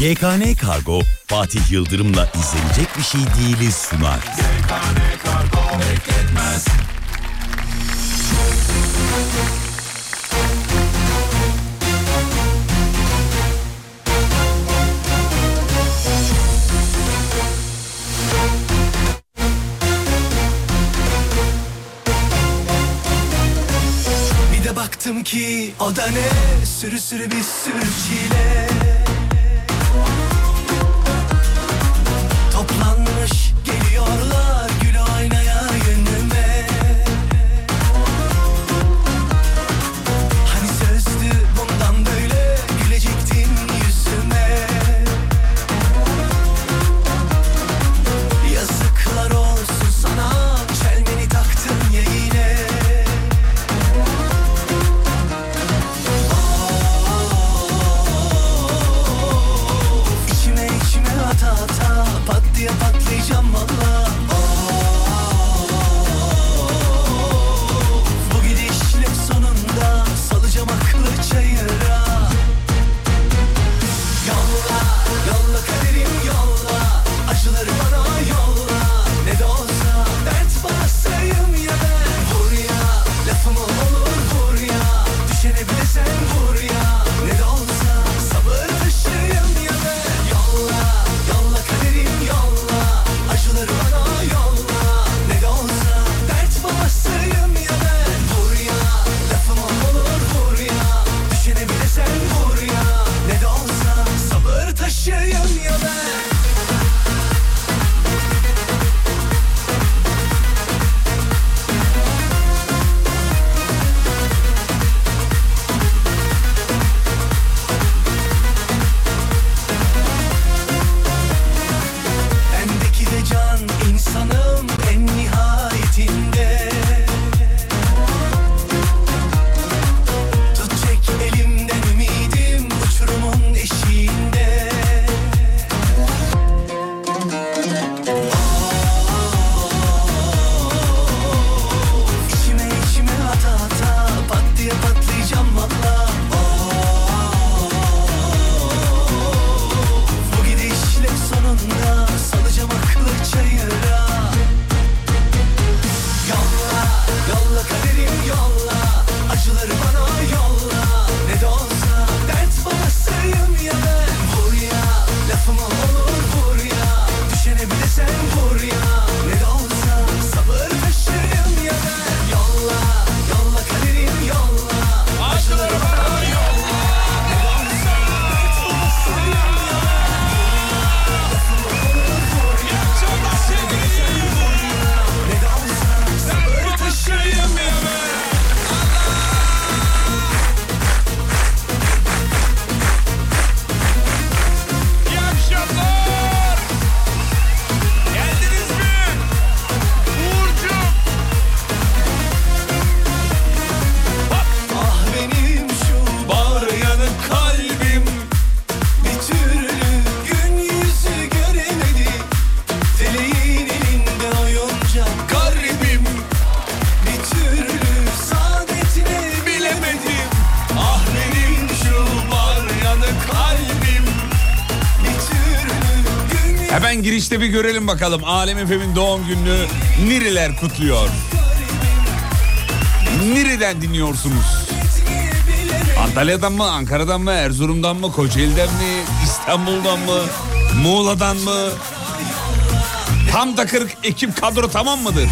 GKN Kargo Fatih Yıldırım'la izlenecek bir şey değiliz sunar. GKN Kargo bekletmez. Bir de baktım ki o da ne, sürü sürü bir sürü çile. Toplanmış geliyorlar gül oynaya yönüme. Hani sözdü bundan böyle gülecektin yüzüme. Yazıklar olsun sana, çelmeni taktın ya yine. İçime içime ata ata pat diye patlayacağım valla. Bu gidişle sonunda salacağım aklı çayıra. Yolla, yolla kaderim yolla, acıları bana yolla. Ne de olsa dert basayım ya ben. Vur ya, lafım olur vur ya, düşene bile sen vur ya. Ne de olsa sabır taşıyım ya ben. Yolla, yolla kaderim yolla, acıları bana yolla. Ne de olsa dert basayım ya ben. Vur ya, lafım olur vur ya, düşene bile sen vur ya. Ne de olsa sabır taşıyım ya ben. Bendeki de can insanım en nihayetinde. Tut çek elimden ümidim uçurumun eşiğinde. İçime içime ata ata pat diye patlayacağım valla. Bu gidişle sonunda salacağım aklı çayıra. Yolla, yolla kaderim yolla, acıları bana yolla. Ne de olsa dert basayım ya ben. Vur ya, lafım olur vur ya, düşene bile sen vur ya. Ne de olsa sabır taşıyım ya ben. Yolla, yolla kaderim yolla, acıları bana yolla. Ne de olsa dert basayım ya ben. Lafım olur vur ya, düşene bile sen vur ya. Ne de olsa sabır taşıyım ya ben. İyi akşamlar. Geldiniz mi? Uğurcuğum. Ah benim şu bağrı yanık kalbim bir türlü gün yüzü göremedi. Teleğin elinde oyuncak garibim, bir türlü saadetine bilemedim. Ah benim şu bağrı yanık kalbim bir türlü gün yüzü Hemen girişte bir görelim bakalım. Alem Efem'in doğum gününü nereler kutluyor? Nereden dinliyorsunuz? Antalya'dan mı, Ankara'dan mı, Erzurum'dan mı, Kocaeli'den mi, İstanbul'dan mı, Muğla'dan mı? Tam da 40 ekip kadro tamam mıdır?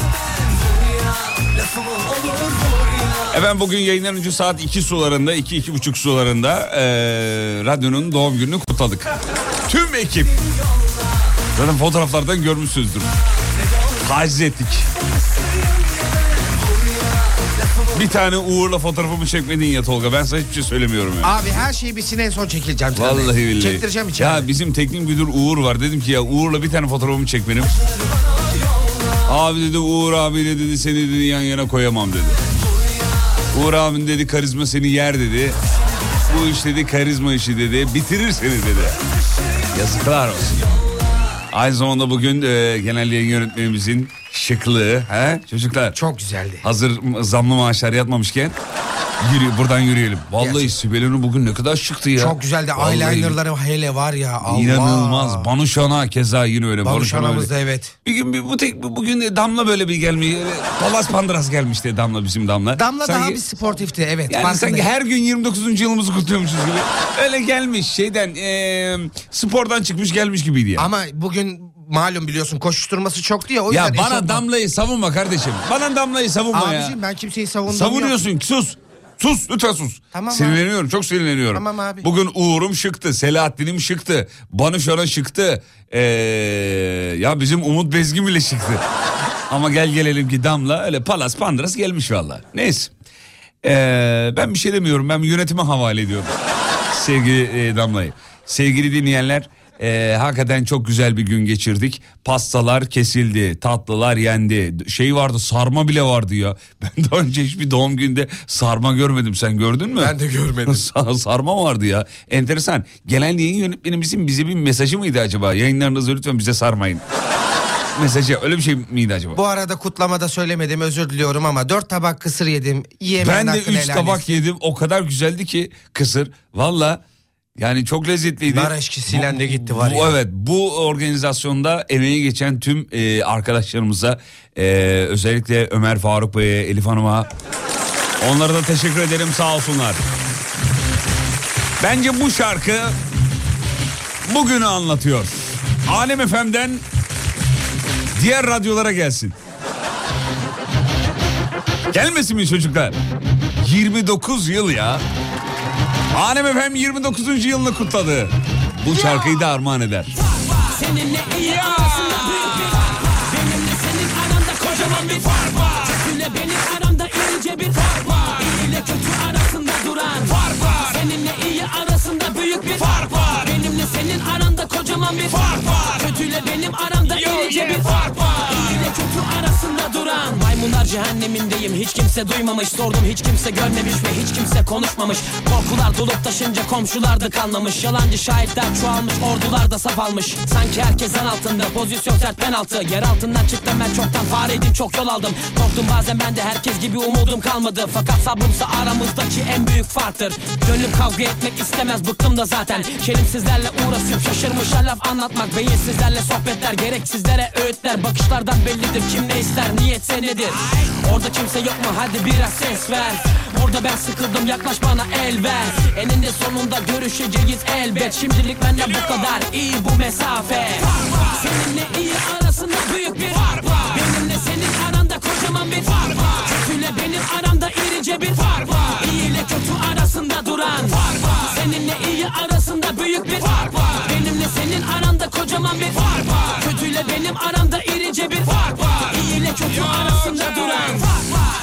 Efendim bugün yayından önce saat 2 sularında, 2-2.30 sularında radyonun doğum gününü kutladık. Tüm ekip. Zaten fotoğraflardan görmüşsünüzdür. Taciz ettik. Bir tane Uğur'la fotoğrafımı çekmedin ya Tolga. Ben sana hiçbir şey söylemiyorum ya. Abi her şeyi bitsin en son çekileceğim. sana. Vallahi billahi. Çektireceğim içeride. Ya bizim teknik müdür Uğur var. Dedim ki ya Uğur'la bir tane fotoğrafımı çek benim. Abi dedi Uğur abiyle dedi seni dedi yan yana koyamam dedi. Uğur abin dedi karizma seni yer dedi. Bu iş dedi karizma işi dedi. Bitirir seni dedi. Yazıklar olsun. Aynı zamanda bugün genel yayın yönetmenimizin şıklığı. He? Çocuklar. Çok güzeldi. Hazır zamlı maaşlar yatmamışken. Buradan yürüyelim. Vallahi Sibel Hanım bugün ne kadar şıktı ya. Çok güzeldi. Eyelinerları hele var ya. Allah. İnanılmaz. Banu Şan'a keza yine öyle. Banu Şan'ımız da evet. Bugün Damla böyle bir gelmiyor. Palas Pandras gelmişti Damla, bizim Damla. Damla sanki, daha bir sportifti evet. Yani sanki her gün 29. yılımızı kutluyormuşuz gibi. Öyle gelmiş şeyden spordan çıkmış gelmiş gibiydi ya. Ama bugün malum biliyorsun koşuşturması çok diye. O ya bana Damla'yı savunma kardeşim. Bana Damla'yı savunma ya. Abicim ben kimseyi savundum. Savunuyorsun ki sus. Sus lütfen sus. Tamam sinirleniyorum, çok sinirleniyorum. Tamam abi. Bugün Uğur'um şıktı, Selahattin'im şıktı, Banu Şan'a şıktı. Ya bizim Umut Bezgin bile şıktı. Ama gelelim ki Damla öyle Palas Pandras gelmiş valla. Neyse. Ben bir şey demiyorum, ben yönetime havale ediyorum. Sevgili Damla'yı. Sevgili dinleyenler, hakikaten çok güzel bir gün geçirdik. Pastalar kesildi, tatlılar yendi. Vardı, sarma bile vardı ya. Ben daha önce hiçbir doğum günde sarma görmedim. Sen gördün mü? Ben de görmedim. Sarma vardı ya. Enteresan. Genel yayın yönetmenimizin bize bir mesajı mıydı acaba? Yayınlarınızı lütfen bize sarmayın. Mesajı öyle bir şey miydi acaba? Bu arada kutlamada söylemedim, özür diliyorum ama 4 tabak kısır yedim. Ben de 3 tabak yedim. O kadar güzeldi ki kısır. Valla. Yani çok lezzetliydi. Nar eşkisiyle de gitti var ya. Evet, bu organizasyonda emeği geçen tüm arkadaşlarımıza, özellikle Ömer Faruk Bey'e, Elif Hanım'a, onlara da teşekkür ederim, sağ olsunlar. Bence bu şarkı bugünü anlatıyor. Alem FM'den diğer radyolara gelsin. Gelmesin mi çocuklar? 29 yıl ya. Alem FM 29. yılını kutladı. Bu şarkıyı da armağan eder. Seninle iyi arasında büyük bir fark var. Benimle senin aranda kocaman bir fark var. Kötüyle benim aramda ince bir fark var. İyi ile kötü arasında duran fark var. Seninle iyi arasında büyük bir fark var. Benimle senin aranda kocaman bir fark var. Kötüyle benim aramda ince bir fark var. İyi ile kötü arasında duran. Maymunlar cehennemindeyim, hiç kimse duymamış. Sordum, hiç kimse görmemiş ve hiç kimse konuşmamış. Korkular dolup taşınca komşular da kanlamış. Yalancı şahitler çoğalmış, ordular da saf almış. Sanki herkes an altında, pozisyon sert penaltı. Yer altından çıktım ben çoktan, fareydim çok yol aldım. Korktum bazen ben de, herkes gibi umudum kalmadı. Fakat sabrımsa aramızdaki en büyük farktır. Gönlüm kavga etmek istemez, bıktım da zaten. Kelimsizlerle uğraşıp şaşırmışa laf anlatmak. Beyinsizlerle sohbetler, gereksizlere öğütler. Bakışlardan bellidir kim ne ister, niyetse nedir. Orada kimse yok mu, hadi biraz ses ver. Burada ben sıkıldım, yaklaş bana el ver. Eninde sonunda görüşeceğiz elbet. Şimdilik benden bu kadar, iyi bu mesafe. Seninle iyi arasında büyük bir fark var. Benimle senin aranda kocaman bir fark var. Kötüyle benim aramda irice bir fark var. İyi ile kötü arasında duran fark var. Seninle iyi arasında büyük bir fark var. Benimle senin aranda kocaman bir fark var. Kötüyle benim aramda irice bir fark var. İyi ile kötü arasında duran fark var.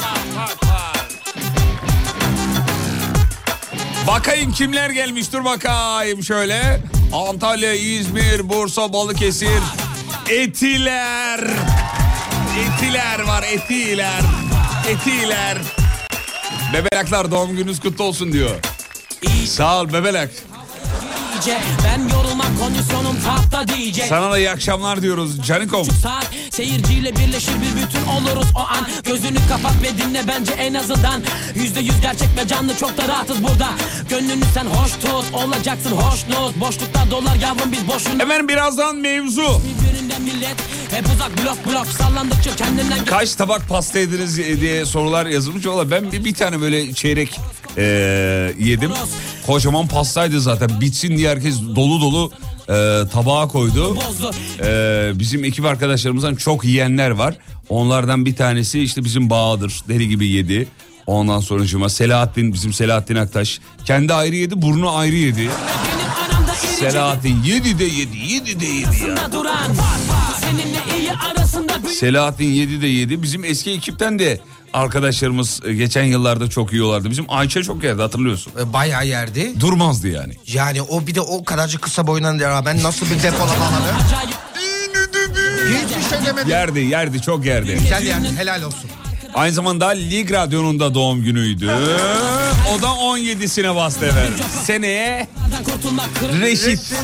Bakayım kimler gelmiş, dur bakayım şöyle. Antalya, İzmir, Bursa, Balıkesir, Etiler. Etiler var, Etiler. Bebelaklar, doğum gününüz kutlu olsun diyor. Sağ ol Bebelak. Ben yorulmam, kondisyonum tahta diyecek. Sana da iyi akşamlar diyoruz Canikom. Saat seyirciyle birleşir, bir bütün oluruz o an. Gözünü kapat ve dinle bence en azından. %100 gerçek ve canlı, çok da rahatız burada. Gönlünü sen hoş tut, olacaksın hoşnut. Boşlukta dolar yavrum, biz boşuna. Hemen birazdan mevzu. Birbirinden millet hep uzak, blok sallandıkça kendinden. Kaç tabak pasta yediniz diye sorular yazılmış. Valla ben bir tane böyle çeyrek yedim. Kocaman pastaydı zaten, bitsin diye herkes dolu tabağa koydu. Bizim ekip arkadaşlarımızdan çok yiyenler var. Onlardan bir tanesi işte bizim Bahadır, deli gibi yedi. Ondan sonracığıma bizim Selahattin Aktaş kendi ayrı yedi, burnu ayrı yedi. Selahattin yedi de yedi ya. Selahattin yedi de yedi. Bizim eski ekipten de arkadaşlarımız geçen yıllarda çok yiyorlardı. Bizim Ayça çok yerdi, hatırlıyorsun. Bayağı yerdi. Durmazdı yani. Yani o bir de o kadarcık kısa boyundan rağmen nasıl bir depolama alanı. Hiçbir şey demedim. Yerdi çok yerdi. Güzel yani, helal olsun. Aynı zamanda Lig Radyo'nun da doğum günüydü. O da 17'sine bastı efendim. Seneye reşit.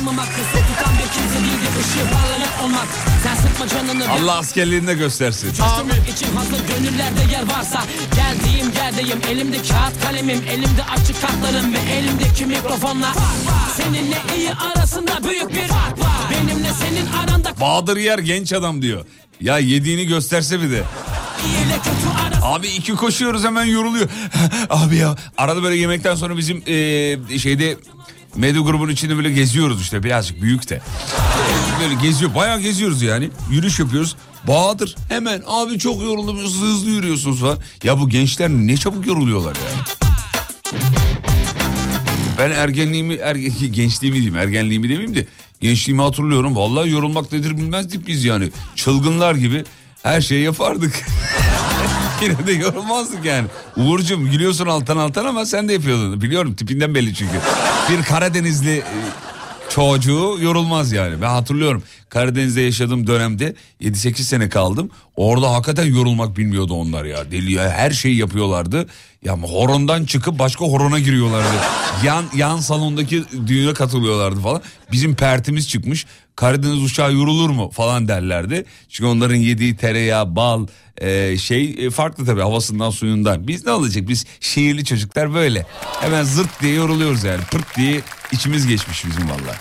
Allah askerliğini de göstersin. Amin. İçim hazır, gönüllerde yer varsa geldiğim yerdeyim. Elimde kağıt kalemim, elimde açık kartlarım ve elimdeki mikrofonla. Seninle iyi arasında büyük bir fark var. Benimle senin aranda. Bahadır Yer genç adam diyor. Ya yediğini gösterse bir de. Abi 2 koşuyoruz hemen yoruluyor. Abi ya arada böyle yemekten sonra bizim şeyde medya grubunun içinde böyle geziyoruz işte, birazcık büyük de. Böyle geziyor, bayağı geziyoruz yani. Yürüyüş yapıyoruz. Bahadır hemen abi çok yoruldum, hızlı yürüyorsunuz falan. Ya bu gençler ne çabuk yoruluyorlar ya. Ben gençliğimi diyeyim, ergenliğimi demeyeyim de gençliğimi hatırlıyorum. Vallahi yorulmak nedir bilmezdik biz yani. Çılgınlar gibi her şeyi yapardık. Yine de yorulmazdık yani. Uğurcuğum gülüyorsun alttan ama sen de yapıyordun. Biliyorum, tipinden belli çünkü. Bir Karadenizli çocuğu yorulmaz yani. Ben hatırlıyorum, Karadeniz'de yaşadığım dönemde 7-8 sene kaldım. Orada hakikaten yorulmak bilmiyordu onlar ya. Deli ya, her şeyi yapıyorlardı. Ya horondan çıkıp başka horona giriyorlardı. Yan salondaki düğüne katılıyorlardı falan. Bizim pertimiz çıkmış. Karadeniz uçağı yorulur mu falan derlerdi. Çünkü onların yediği tereyağı, bal farklı tabii, havasından suyundan. Biz ne olacak, biz şehirli çocuklar böyle. Hemen zırt diye yoruluyoruz yani. Pırt diye içimiz geçmiş bizim vallahi.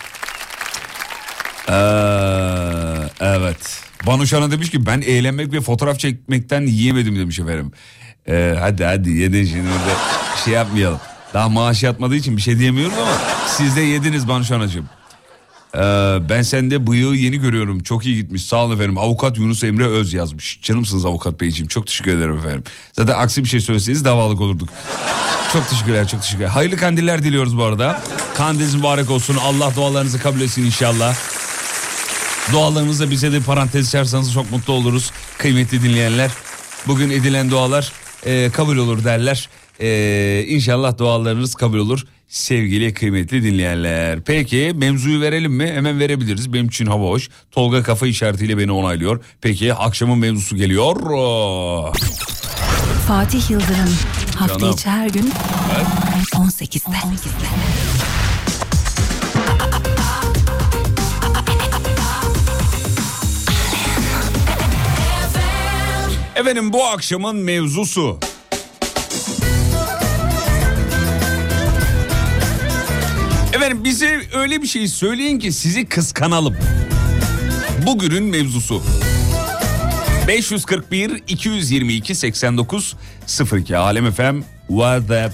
Evet. Banuşan'a demiş ki ben eğlenmek ve fotoğraf çekmekten yiyemedim demiş efendim. Hadi yedin şimdi burada şey yapmayalım. Daha maaşı yatmadığı için bir şey diyemiyorum ama siz de yediniz Banuşan'cığım. Ben sende bıyığı yeni görüyorum. Çok iyi gitmiş. Sağ olun efendim. Avukat Yunus Emre Öz yazmış. Canımsınız avukat beyciğim. Çok teşekkür ederim efendim. Zaten aksi bir şey söyleseniz davalık olurduk. Çok teşekkürler, çok teşekkürler. Hayırlı kandiller diliyoruz bu arada. Kandiliniz mübarek olsun. Allah dualarınızı kabul etsin inşallah. Dualarınızla bize de parantez açarsanız çok mutlu oluruz. Kıymetli dinleyenler. Bugün edilen dualar kabul olur derler. İnşallah dualarınız kabul olur. Sevgili kıymetli dinleyenler. Peki mevzuyu verelim mi? Hemen verebiliriz. Benim için hava hoş. Tolga kafa işaretiyle beni onaylıyor. Peki akşamın mevzusu geliyor. Fatih Yıldırım hafta Canım. içi her gün 18'de. Efendim bu akşamın mevzusu. Efendim bize öyle bir şey söyleyin ki sizi kıskanalım. Bugünün mevzusu. 541 222 89 02 Alem FM WhatsApp.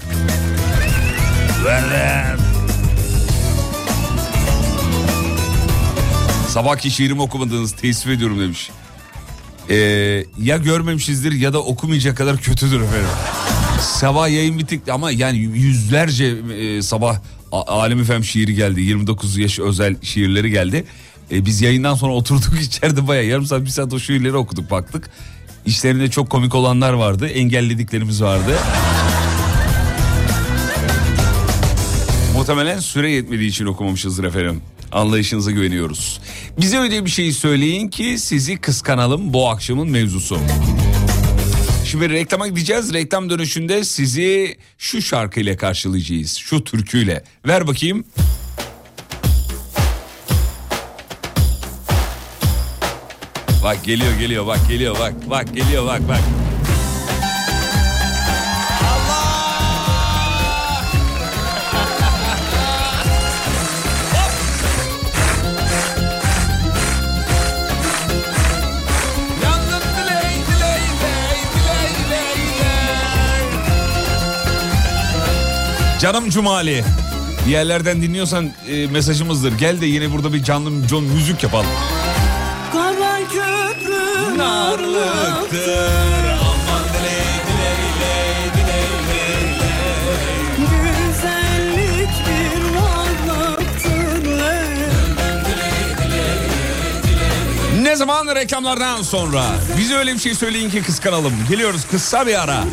Sabahki şiirimi okumadınız, teessüf ediyorum demiş. Ya görmemişizdir ya da okumayacak kadar kötüdür efendim. Sabah yayın bitik ama yani yüzlerce sabah Alem FM şiiri geldi. 29 yaş özel şiirleri geldi. Biz yayından sonra oturduk içeride bayağı yarım saat bir saat o şiirleri okuduk, baktık. İşlerinde çok komik olanlar vardı, engellediklerimiz vardı. Muhtemelen süre yetmediği için okumamışızdır efendim. Anlayışınıza güveniyoruz. Bize öyle bir şey söyleyin ki sizi kıskanalım, bu akşamın mevzusu. Şimdi reklama gideceğiz. Reklam dönüşünde sizi şu şarkıyla karşılayacağız. Şu türküyle. Ver bakayım. Bak geliyor bak geliyor bak geliyor bak. Canım Cumali, bir yerlerden dinliyorsan mesajımızdır. Gel de yine burada bir canlı müzik yapalım. Kara köprü Narlıktır. Aman güzellik bir varlıktır. Ne zaman reklamlardan sonra bize öyle bir şey söyleyin ki kıskanalım. Geliyoruz kısa bir ara.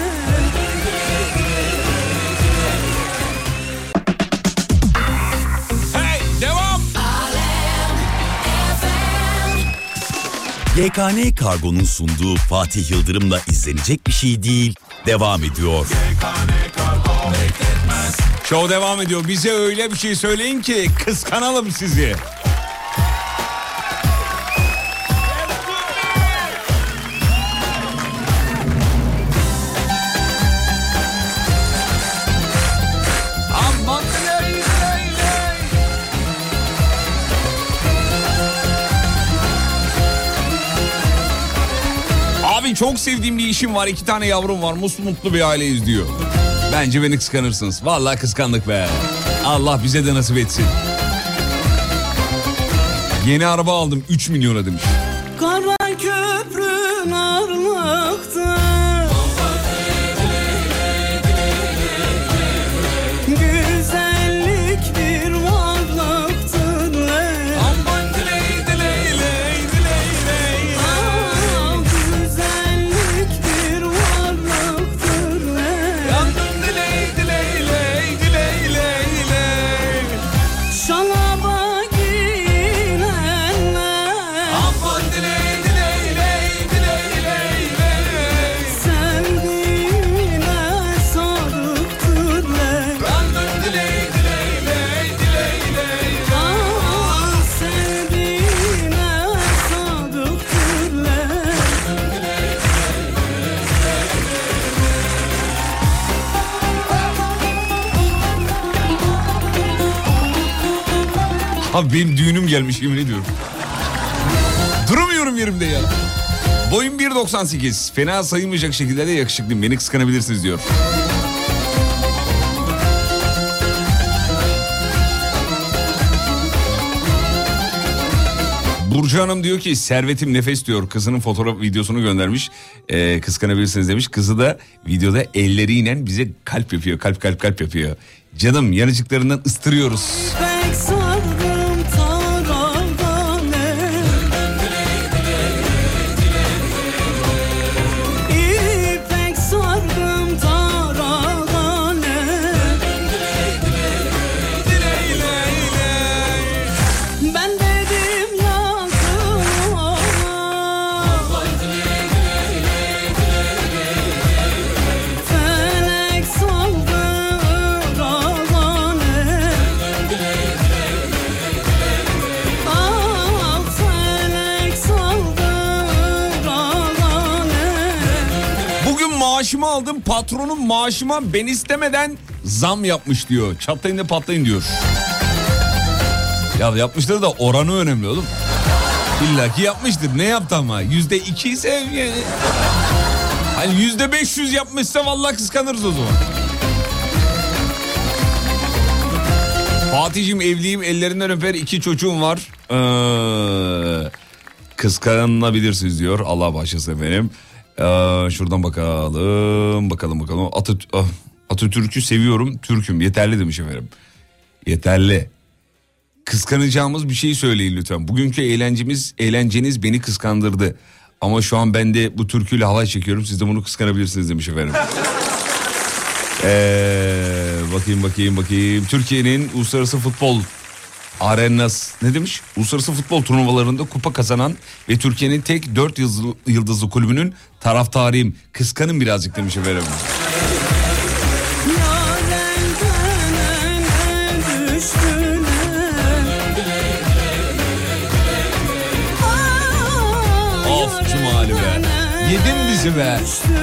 YKN Kargo'nun sunduğu Fatih Yıldırım'la izlenecek bir şey değil devam ediyor. YKN Kargo Show devam ediyor. Bize öyle bir şey söyleyin ki kıskanalım sizi. Abi çok sevdiğim bir işim var. 2 tane yavrum var. Mutlu bir aileyiz diyor. Bence beni kıskanırsınız. Vallahi kıskandık be. Allah bize de nasip etsin. Yeni araba aldım 3 milyona demiş. Kara köprün armakta, güzellik bir varlıktır. Aman diley diley diley diley. Güzellik bir varlıktır. Yandım diley diley diley diley diley. Şalaba giyinenler, Aman diley diley diley diley diley. sevdiğine sadıktırlar. Yandım diley diley diley diley diley. Sevdiğine sadıktırlar. Abi benim düğünüm gelmiş yemin ediyorum. Duramıyorum yerimde ya. Boyum 1.98. Fena sayılmayacak şekilde de yakışıklıyım. Beni kıskanabilirsiniz diyor. Burcu Hanım diyor ki servetim nefes diyor. Kızının fotoğraf videosunu göndermiş. Kıskanabilirsiniz demiş. Kızı da videoda elleriyle bize kalp yapıyor. Kalp yapıyor. Canım yanıcıklarından ıstırıyoruz. İpek sardım tarağane, İpek sardım tarağane, ben dedim yakın ona, felek saldı rağane. Felek saldı rağane. Bugün maaşımı aldım. Patronum maaşıma ben istemeden zam yapmış diyor. Çatlayın da patlayın diyor. Ya yapmıştır da oranı önemli oğlum. İlla ki yapmıştır. Ne yaptı ama? %2 ise yani. Hani %500 yapmışsa vallahi kıskanırız o zaman. Fatih'cim evliyim, ellerinden öper, 2 çocuğum var. Kıskanabilirsiniz diyor. Allah bağışlasın efendim. Şuradan bakalım. Atatürk'ü seviyorum, Türk'üm. Yeterli demiş efendim. Yeterli. Kıskanacağımız bir şey söyleyin lütfen. Bugünkü eğlenceniz beni kıskandırdı. Ama şu an ben de bu türküyle halay çekiyorum. Siz de bunu kıskanabilirsiniz demiş efendim. Bakayım. Türkiye'nin uluslararası futbol arenas ne demiş? Uluslararası futbol turnuvalarında kupa kazanan ve Türkiye'nin tek 4 yıldızlı kulübünün taraftarıyım. Kıskanın birazcık demiş efendim. Of Cumali be. Yedin bizi be.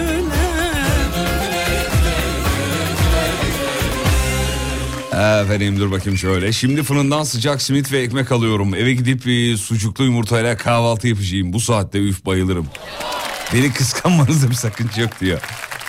Efendim dur bakayım şöyle. Şimdi fırından sıcak simit ve ekmek alıyorum. Eve gidip sucuklu yumurtayla kahvaltı yapacağım. Bu saatte üf bayılırım. Beni kıskanmanızda bir sakınca yok diyor.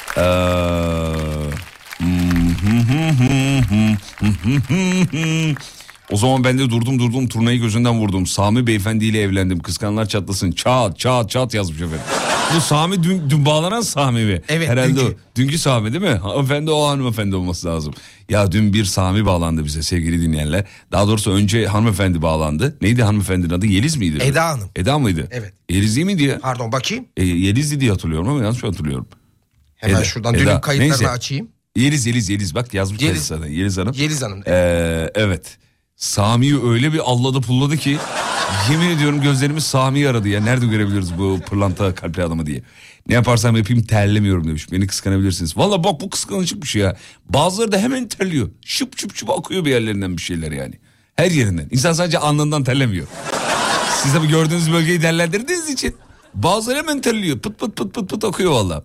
O zaman ben de durdum turnayı gözünden vurdum. Sami beyefendiyle evlendim. Kıskanlar çatlasın. Çat yazmış efendim. Bu Sami dün bağlanan Sami mi? Evet. Herhalde dünkü Sami değil mi? Hanımefendi o hanımefendi olması lazım. Ya dün bir Sami bağlandı bize sevgili dinleyenler. Daha doğrusu önce hanımefendi bağlandı. Neydi hanımefendinin adı? Yeliz miydi? Eda Hanım. Eda mıydı? Evet. Yeliz değil miydi ya? Pardon bakayım. Yeliz'di diye hatırlıyorum ama yanlış hatırlıyorum. Hemen Eda, şuradan Eda. dünün kayıtlarını Neyse. açayım. Yeliz bak yazmış Yeliz. zaten. Yeliz Hanım. Yeliz Hanım. Evet. Sami'yi öyle bir alladı pulladı ki Yemin ediyorum gözlerimiz Sami'yi aradı ya. Nerede görebiliriz bu pırlanta kalpli adamı diye. Ne yaparsam yapayım terlemiyorum demiş. Beni kıskanabilirsiniz. Valla bak bu kıskançlık bir şey ya. Bazıları da hemen terliyor. Şıp şıp şıp akıyor bir yerlerinden bir şeyler yani. Her yerinden. İnsan sadece alnından terlemiyor. Siz tabii gördüğünüz bölgeyi derlendirdiğiniz için bazıları hemen terliyor. Pıt pıt pıt pıt pıt akıyor valla.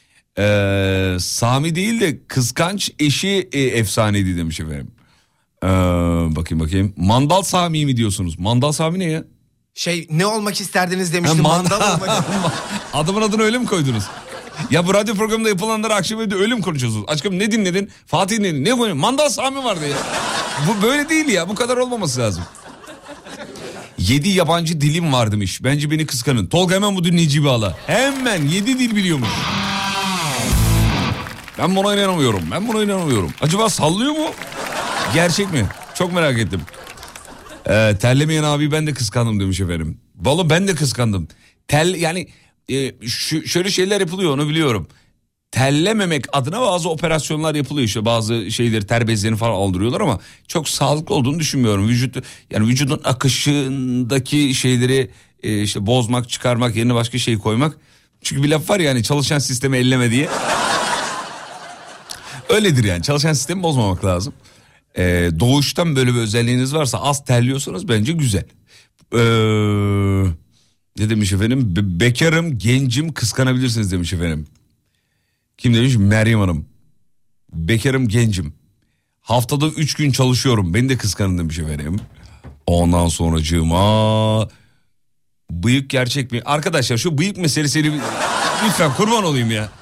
Sami değil de kıskanç eşi efsaneydi demiş efendim. Bakayım. Mandal Sami mi diyorsunuz? Mandal Sami ne ya? Ne olmak isterdiniz demiştim. Mandal olmak. Adamın adını öyle mi koydunuz? Ya bu radyo programında yapılanları akşam evde öyle mi konuşuyorsunuz? Aşkım ne dinledin? Fatih dinledin. Ne koyuyorsun? Mandal Sami vardı ya. Bu böyle değil ya. Bu kadar olmaması lazım. 7 yabancı dilim var demiş. Bence beni kıskanın. Tolga hemen bu dinleyiciyi bağla. Hemen 7 dil biliyormuş. Ben buna inanamıyorum. Acaba sallıyor mu? Gerçek mi? Çok merak ettim. Terlemeyen abi ben de kıskandım demiş efendim. Vallahi ben de kıskandım. Şöyle şeyler yapılıyor onu biliyorum. Terlememek adına bazı operasyonlar yapılıyor işte bazı şeyleri ter bezlerini falan aldırıyorlar ama çok sağlıklı olduğunu düşünmüyorum. Vücudun akışındaki şeyleri işte bozmak, çıkarmak, yerine başka şey koymak. Çünkü bir laf var ya hani çalışan sistemi elleme diye. Öyledir yani çalışan sistemi bozmamak lazım. Doğuştan böyle bir özelliğiniz varsa az terliyorsanız bence güzel. Ne demiş efendim? Bekarım, gencim, kıskanabilirsiniz demiş efendim. Kim demiş? Meryem Hanım. Bekarım, gencim. Haftada 3 gün çalışıyorum. Beni de kıskanın demiş efendim. Ondan sonracığıma... Bıyık gerçek mi? Arkadaşlar şu bıyık meselesini lütfen kurban olayım ya.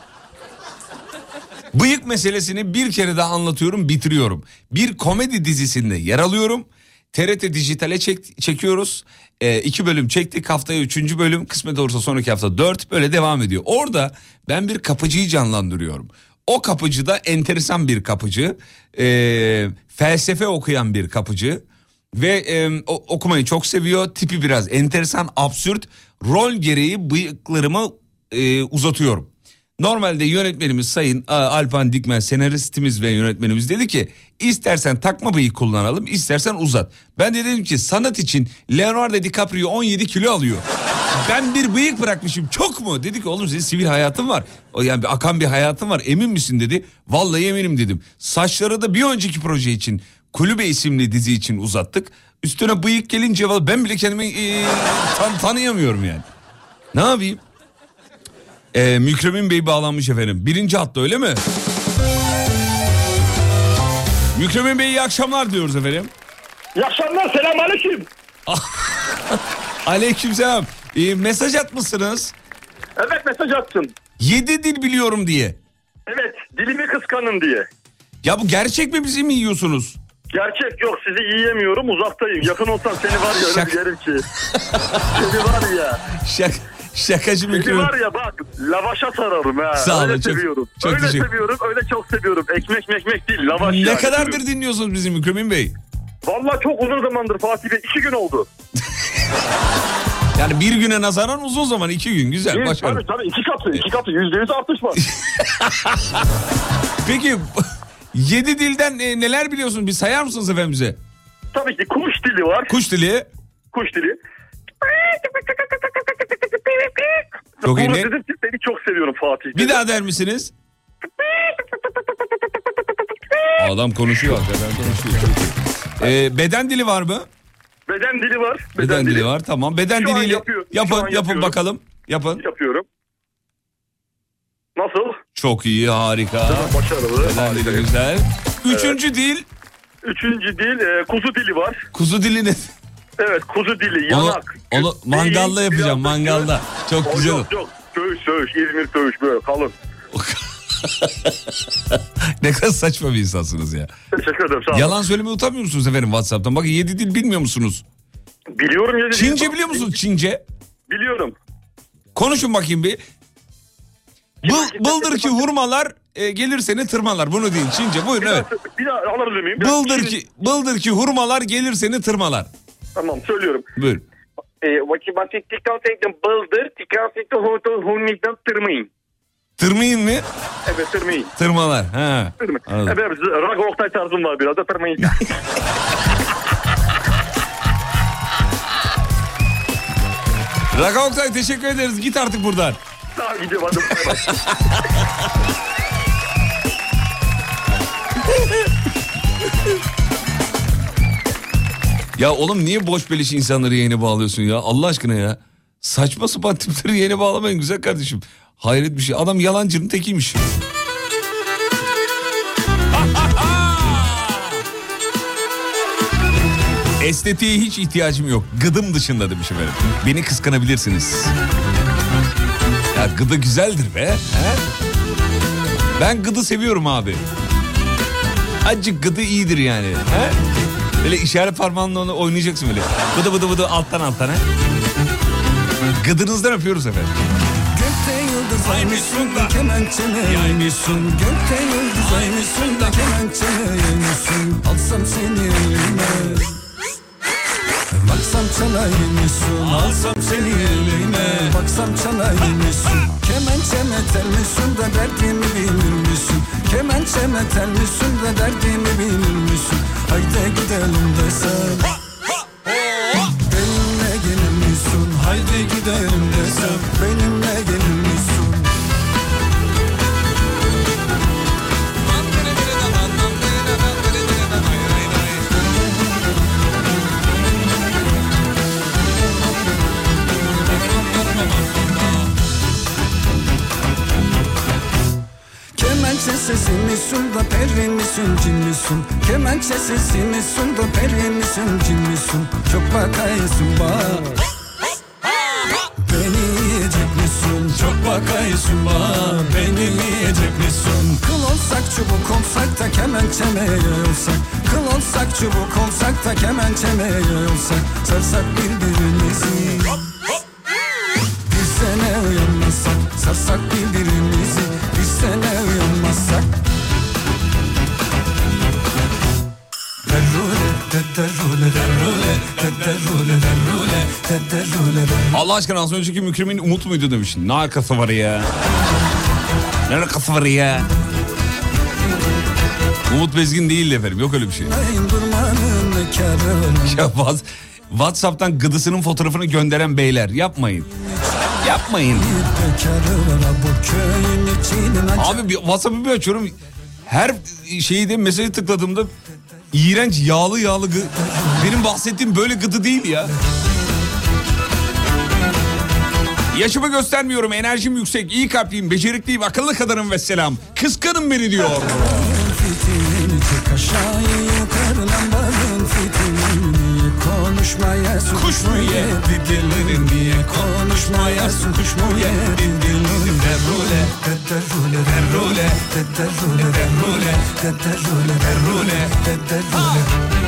Bıyık meselesini bir kere daha anlatıyorum, bitiriyorum. Bir komedi dizisinde yer alıyorum. TRT Dijital'e çekiyoruz. 2 bölüm çektik, haftaya 3. bölüm, kısmet olursa sonraki hafta 4, böyle devam ediyor. Orada ben bir kapıcıyı canlandırıyorum. O kapıcı da enteresan bir kapıcı, felsefe okuyan bir kapıcı ve okumayı çok seviyor. Tipi biraz enteresan, absürt. Rol gereği bıyıklarımı uzatıyorum. Normalde yönetmenimiz Sayın Alpan Dikmen, senaristimiz ve yönetmenimiz dedi ki istersen takma bıyık kullanalım, istersen uzat. Ben de dedim ki sanat için Leonardo DiCaprio 17 kilo alıyor. Ben bir bıyık bırakmışım, çok mu? Dedi ki oğlum senin sivil hayatın var. Yani akan bir hayatın var, emin misin dedi. Vallahi eminim dedim. Saçları da bir önceki proje için, Kulübe isimli dizi için uzattık. Üstüne bıyık gelince ben bile kendimi tanıyamıyorum yani. Ne yapayım? Mükremin Bey bağlanmış efendim. 1. hatta öyle mi? Mükremin Bey iyi akşamlar diyoruz efendim. İyi akşamlar, selamünaleyküm. Aleykümselam. Mesaj atmışsınız. Evet, mesaj attım. 7 dil biliyorum diye. Evet, dilimi kıskanın diye. Ya bu gerçek mi, bizi mi yiyorsunuz? Gerçek yok, sizi yiyemiyorum, uzaktayım. Yakın olsam seni var ya öyle bir yerim ki. Seni var ya. Şakacı seni Mükremin. var ya bak, lavaşa sararım ha. Sağ olun, öyle çok seviyorum. çok öyle seviyorum, öyle çok seviyorum. Ekmek değil, lavaş. Ne yani kadardır seviyorum. dinliyorsunuz bizi Mükremin Bey? Vallahi çok uzun zamandır Fatih Bey, 2 gün oldu. Yani bir güne nazaran uzun zaman, 2 gün güzel, başarılı. Tabii 2 katı %100 artış var. Peki 7 dilden neler biliyorsunuz, bir sayar mısınız efendim bize? Tabii ki kuş dili var. Kuş dili. Çok iyi. Beni çok seviyorum Fatih. Bir daha der misiniz? Adam konuşuyor. Beden dili var mı? Beden dili var. Beden dili var, tamam. Beden Şu an diliyle yapın yapıyorum. bakalım. Yapın. Yapıyorum. Nasıl? Çok iyi, harika. Başarılı. Beden dili güzel. 3. dil. 3. dil kuzu dili var. Kuzu dili ne? Evet, kuzu dili, yanak. Onu mangalda yapacağım, mangalda. Çok güzel. Yok. Söğüş, İzmir söğüş böyle kalın. Ne kadar saçma bir insansınız ya. Teşekkür ederim, sağ olun. Yalan söylemeye utanmıyor musunuz efendim WhatsApp'tan? Bakın 7 dil bilmiyor musunuz? Biliyorum 7 dil. Çince biliyor musunuz, Çince? Biliyorum. Konuşun bakayım bir. Bıldır ki hurmalar gelir seni tırmalar. Bunu deyin Çince, buyurun evet. Bir daha alabilir miyim? Bıldır ki hurmalar gelir seni tırmalar. Tamam, söylüyorum. Buyurun. Vakit tikkansaydım bıldır, tikkansaydım hurmizden tırmayın. Tırmayın mı? Evet, tırmayın. Tırmalar. Ha. Evet, Rago Oktay tarzım var biraz da tırmayın. Raka Oktay teşekkür ederiz. Git artık buradan. Tamam gidiyorum hadi. Ya oğlum niye boş beleş insanları yayına bağlıyorsun ya? Allah aşkına ya. Saçma sapan tipleri yayına bağlamayın güzel kardeşim. Hayret bir şey. Adam yalancının tekiymiş. Estetiğe hiç ihtiyacım yok. Gıdım dışında demiş efendim. Beni kıskanabilirsiniz. Ya gıdı güzeldir be. He? Ben gıdı seviyorum abi. Azıcık gıdı iyidir yani. He? Böyle işaret parmağınla onu oynayacaksın böyle. Bıdı bıdı bıdı alttan alttan. He? Gıdınızdan öpüyoruz efendim. Gökte yıldız aymışsın da kemençene yaymışsın. Gökte yıldız aymışsın da kemençene yaymışsın. Alsam seni elime, baksam çalaymışsın. Alsam seni elime, baksam çalaymışsın. Kemençeme telmişsin de derdimi bilirmişsin. Kemençeme telmişsin de derdimi bilirmişsin. Haydi gidelim desem, benimle gelir misin? Haydi gidelim desem, benimle gelir misin? Kemençe sesi misin da peri misin cin misin? Kemençe sesi misin da peri misin cin misin? Çok bakaysın bak, beni yiyecek misin? Çok bakaysın bak, beni yiyecek misin? Kıl olsak çubuk olsak da kemençeme yayılsak. Kıl olsak çubuk olsak da kemençeme yayılsak. Sarsak birbirimizi, bir sene uyanmasak. Sarsak birbirimizi, bir sene uyanmasak. Allah aşkına az önceki mükremin Umut muydu demiş. Ne alakası var ya? Ne alakası var ya? Umut Bezgin değil efendim. Yok öyle bir şey. Ya WhatsApp'tan gıdısının fotoğrafını gönderen beyler yapmayın. Yapmayın. Abi WhatsApp'ı bir açıyorum. Her şeyde mesajı tıkladığımda iğrenç yağlı benim bahsettiğim böyle gıdı değil ya. Yaşımı göstermiyorum, enerjim yüksek, iyi kalpliyim, becerikliyim, akıllı kadınım ve selam. Kıskanın beni diyor. Kuş mu yedi dillerin diye konuşmayasın, kuş mu yedi dillerin derrule derrule derrule derrule derrule derrule derrule derrule.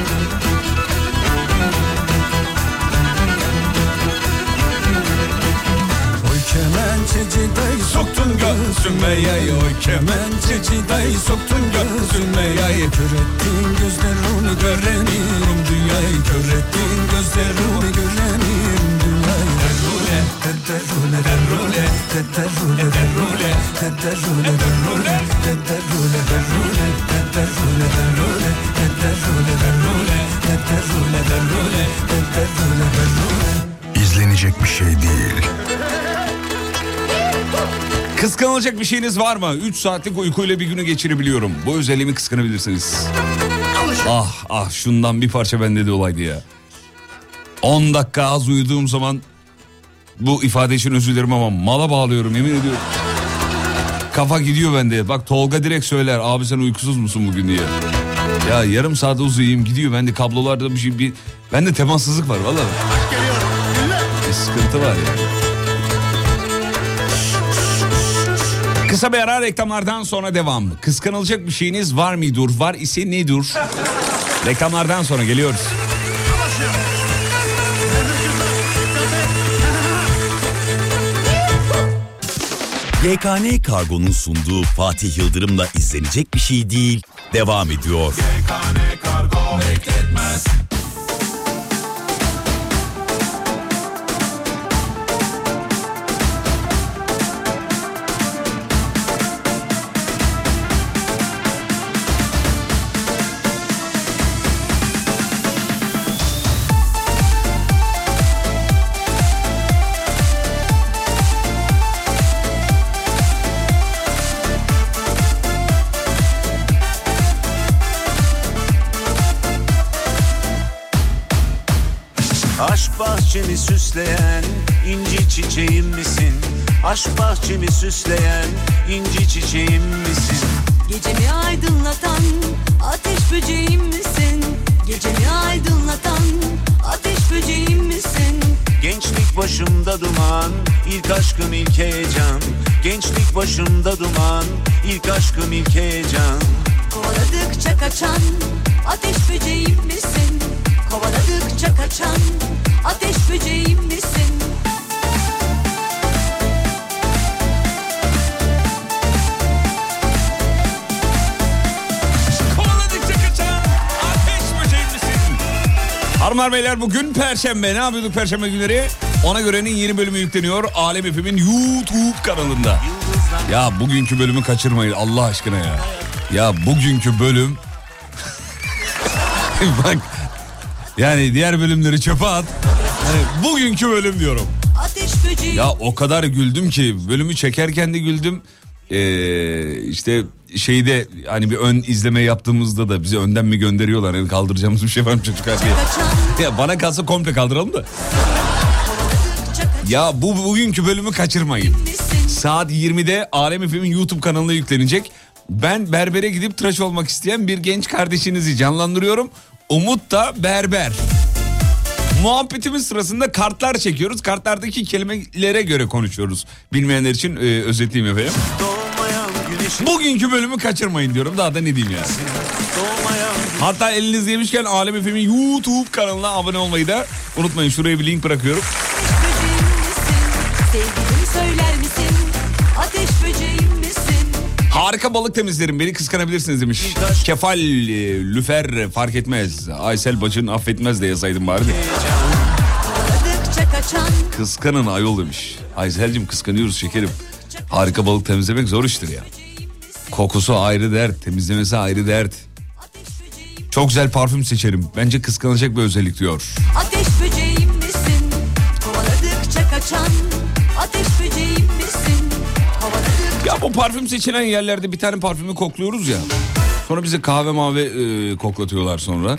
Oy kemençeci dayı soktun gözüme yayı, oy kemençeci dayı soktun gözüme yayı. Kör ettin gözlerimi göremiyorum dünyayı, kör ettin gözlerimi göremiyorum dünyayı. Derrule derrule derrule derrule derrule derrule derrule derrule derrule derrule derrule derrule derrule derrule derrule. İzlenecek bir şey değil. Kıskanılacak bir şeyiniz var mı? 3 saatlik uykuyla bir günü geçirebiliyorum. Bu özelliğimi kıskanabilirsiniz. Ah şundan bir parça bende de olaydı ya. 10 dakika az uyuduğum zaman, bu ifade için özür dilerim ama mala bağlıyorum yemin ediyorum. Kafa gidiyor bende. Bak Tolga direkt söyler, abi sen uykusuz musun bugün diye. Ya yarım saat uzayayım gidiyor, bende kablolarda bende temassızlık var vallahi. Bir sıkıntı var ya. Kısa bir ara, reklamlardan sonra devam. Kıskanılacak bir şeyiniz var mıdır? Var ise nedir? Reklamlardan sonra geliyoruz. YKN Kargo'nun sunduğu Fatih Yıldırım'la izlenecek bir şey değil devam ediyor. YKN Kargo bekletmez. Aşk bahçemi süsleyen inci çiçeğim misin? Aşk bahçemi süsleyen inci çiçeğim misin? Gecemi aydınlatan ateş böceğim misin? Gecemi aydınlatan ateş böceğim misin? Gençlik başımda duman, ilk aşkım ilk heyecan. Gençlik başımda duman, ilk aşkım ilk heyecan. Kovaladıkça kaçan ateş böceğim misin? Kovaladıkça kaçan ateş böceğim misin? Hanımlar beyler, bugün Perşembe. Ne yapıyorduk Perşembe günleri? Ona göre'nin yeni bölümü yükleniyor Alem FM'in YouTube kanalında. Ya bugünkü bölümü kaçırmayın Allah aşkına ya. Ya bugünkü bölüm... Bak yani diğer bölümleri çöpe at. Yani bugünkü bölüm diyorum. Ya o kadar güldüm ki bölümü çekerken de güldüm. İşte şeyde hani bir ön izleme yaptığımızda da bizi önden mi gönderiyorlar? Yani kaldıracağımız bir şey var mı çocuklar diye. Ya bana kalsa komple kaldıralım da. Ya bugünkü bölümü kaçırmayın. Saat 20'de Alem FM'in YouTube kanalına yüklenecek. Ben berbere gidip tıraş olmak isteyen bir genç kardeşinizi canlandırıyorum. Umut da berber. Muhabbetimiz sırasında kartlar çekiyoruz. Kartlardaki kelimelere göre konuşuyoruz. Bilmeyenler için özetleyeyim efendim. Bugünkü bölümü kaçırmayın diyorum. Daha da ne diyeyim yani. Hatta eliniz yemişken Alem FM'in YouTube kanalına abone olmayı da unutmayın. Şuraya bir link bırakıyorum. Sevgilim söyler misin? Ateş böceğim misin? Harika balık temizlerim, beni kıskanabilirsiniz demiş. Kefal, lüfer fark etmez. Aysel bacın affetmez de yazaydım bari de. Kıskanın ayol demiş. Aysel'cim kıskanıyoruz şekerim. Harika balık temizlemek zor iştir ya. Kokusu ayrı dert, temizlemesi ayrı dert. Çok güzel parfüm seçerim. Bence kıskanacak bir özellik diyor. Ateş böceğim misin? Kovaladıkça kaçan ateş böceğim misin? Ya bu parfüm seçilen yerlerde bir tane parfümü kokluyoruz ya. Sonra bize kahve mavi koklatıyorlar sonra.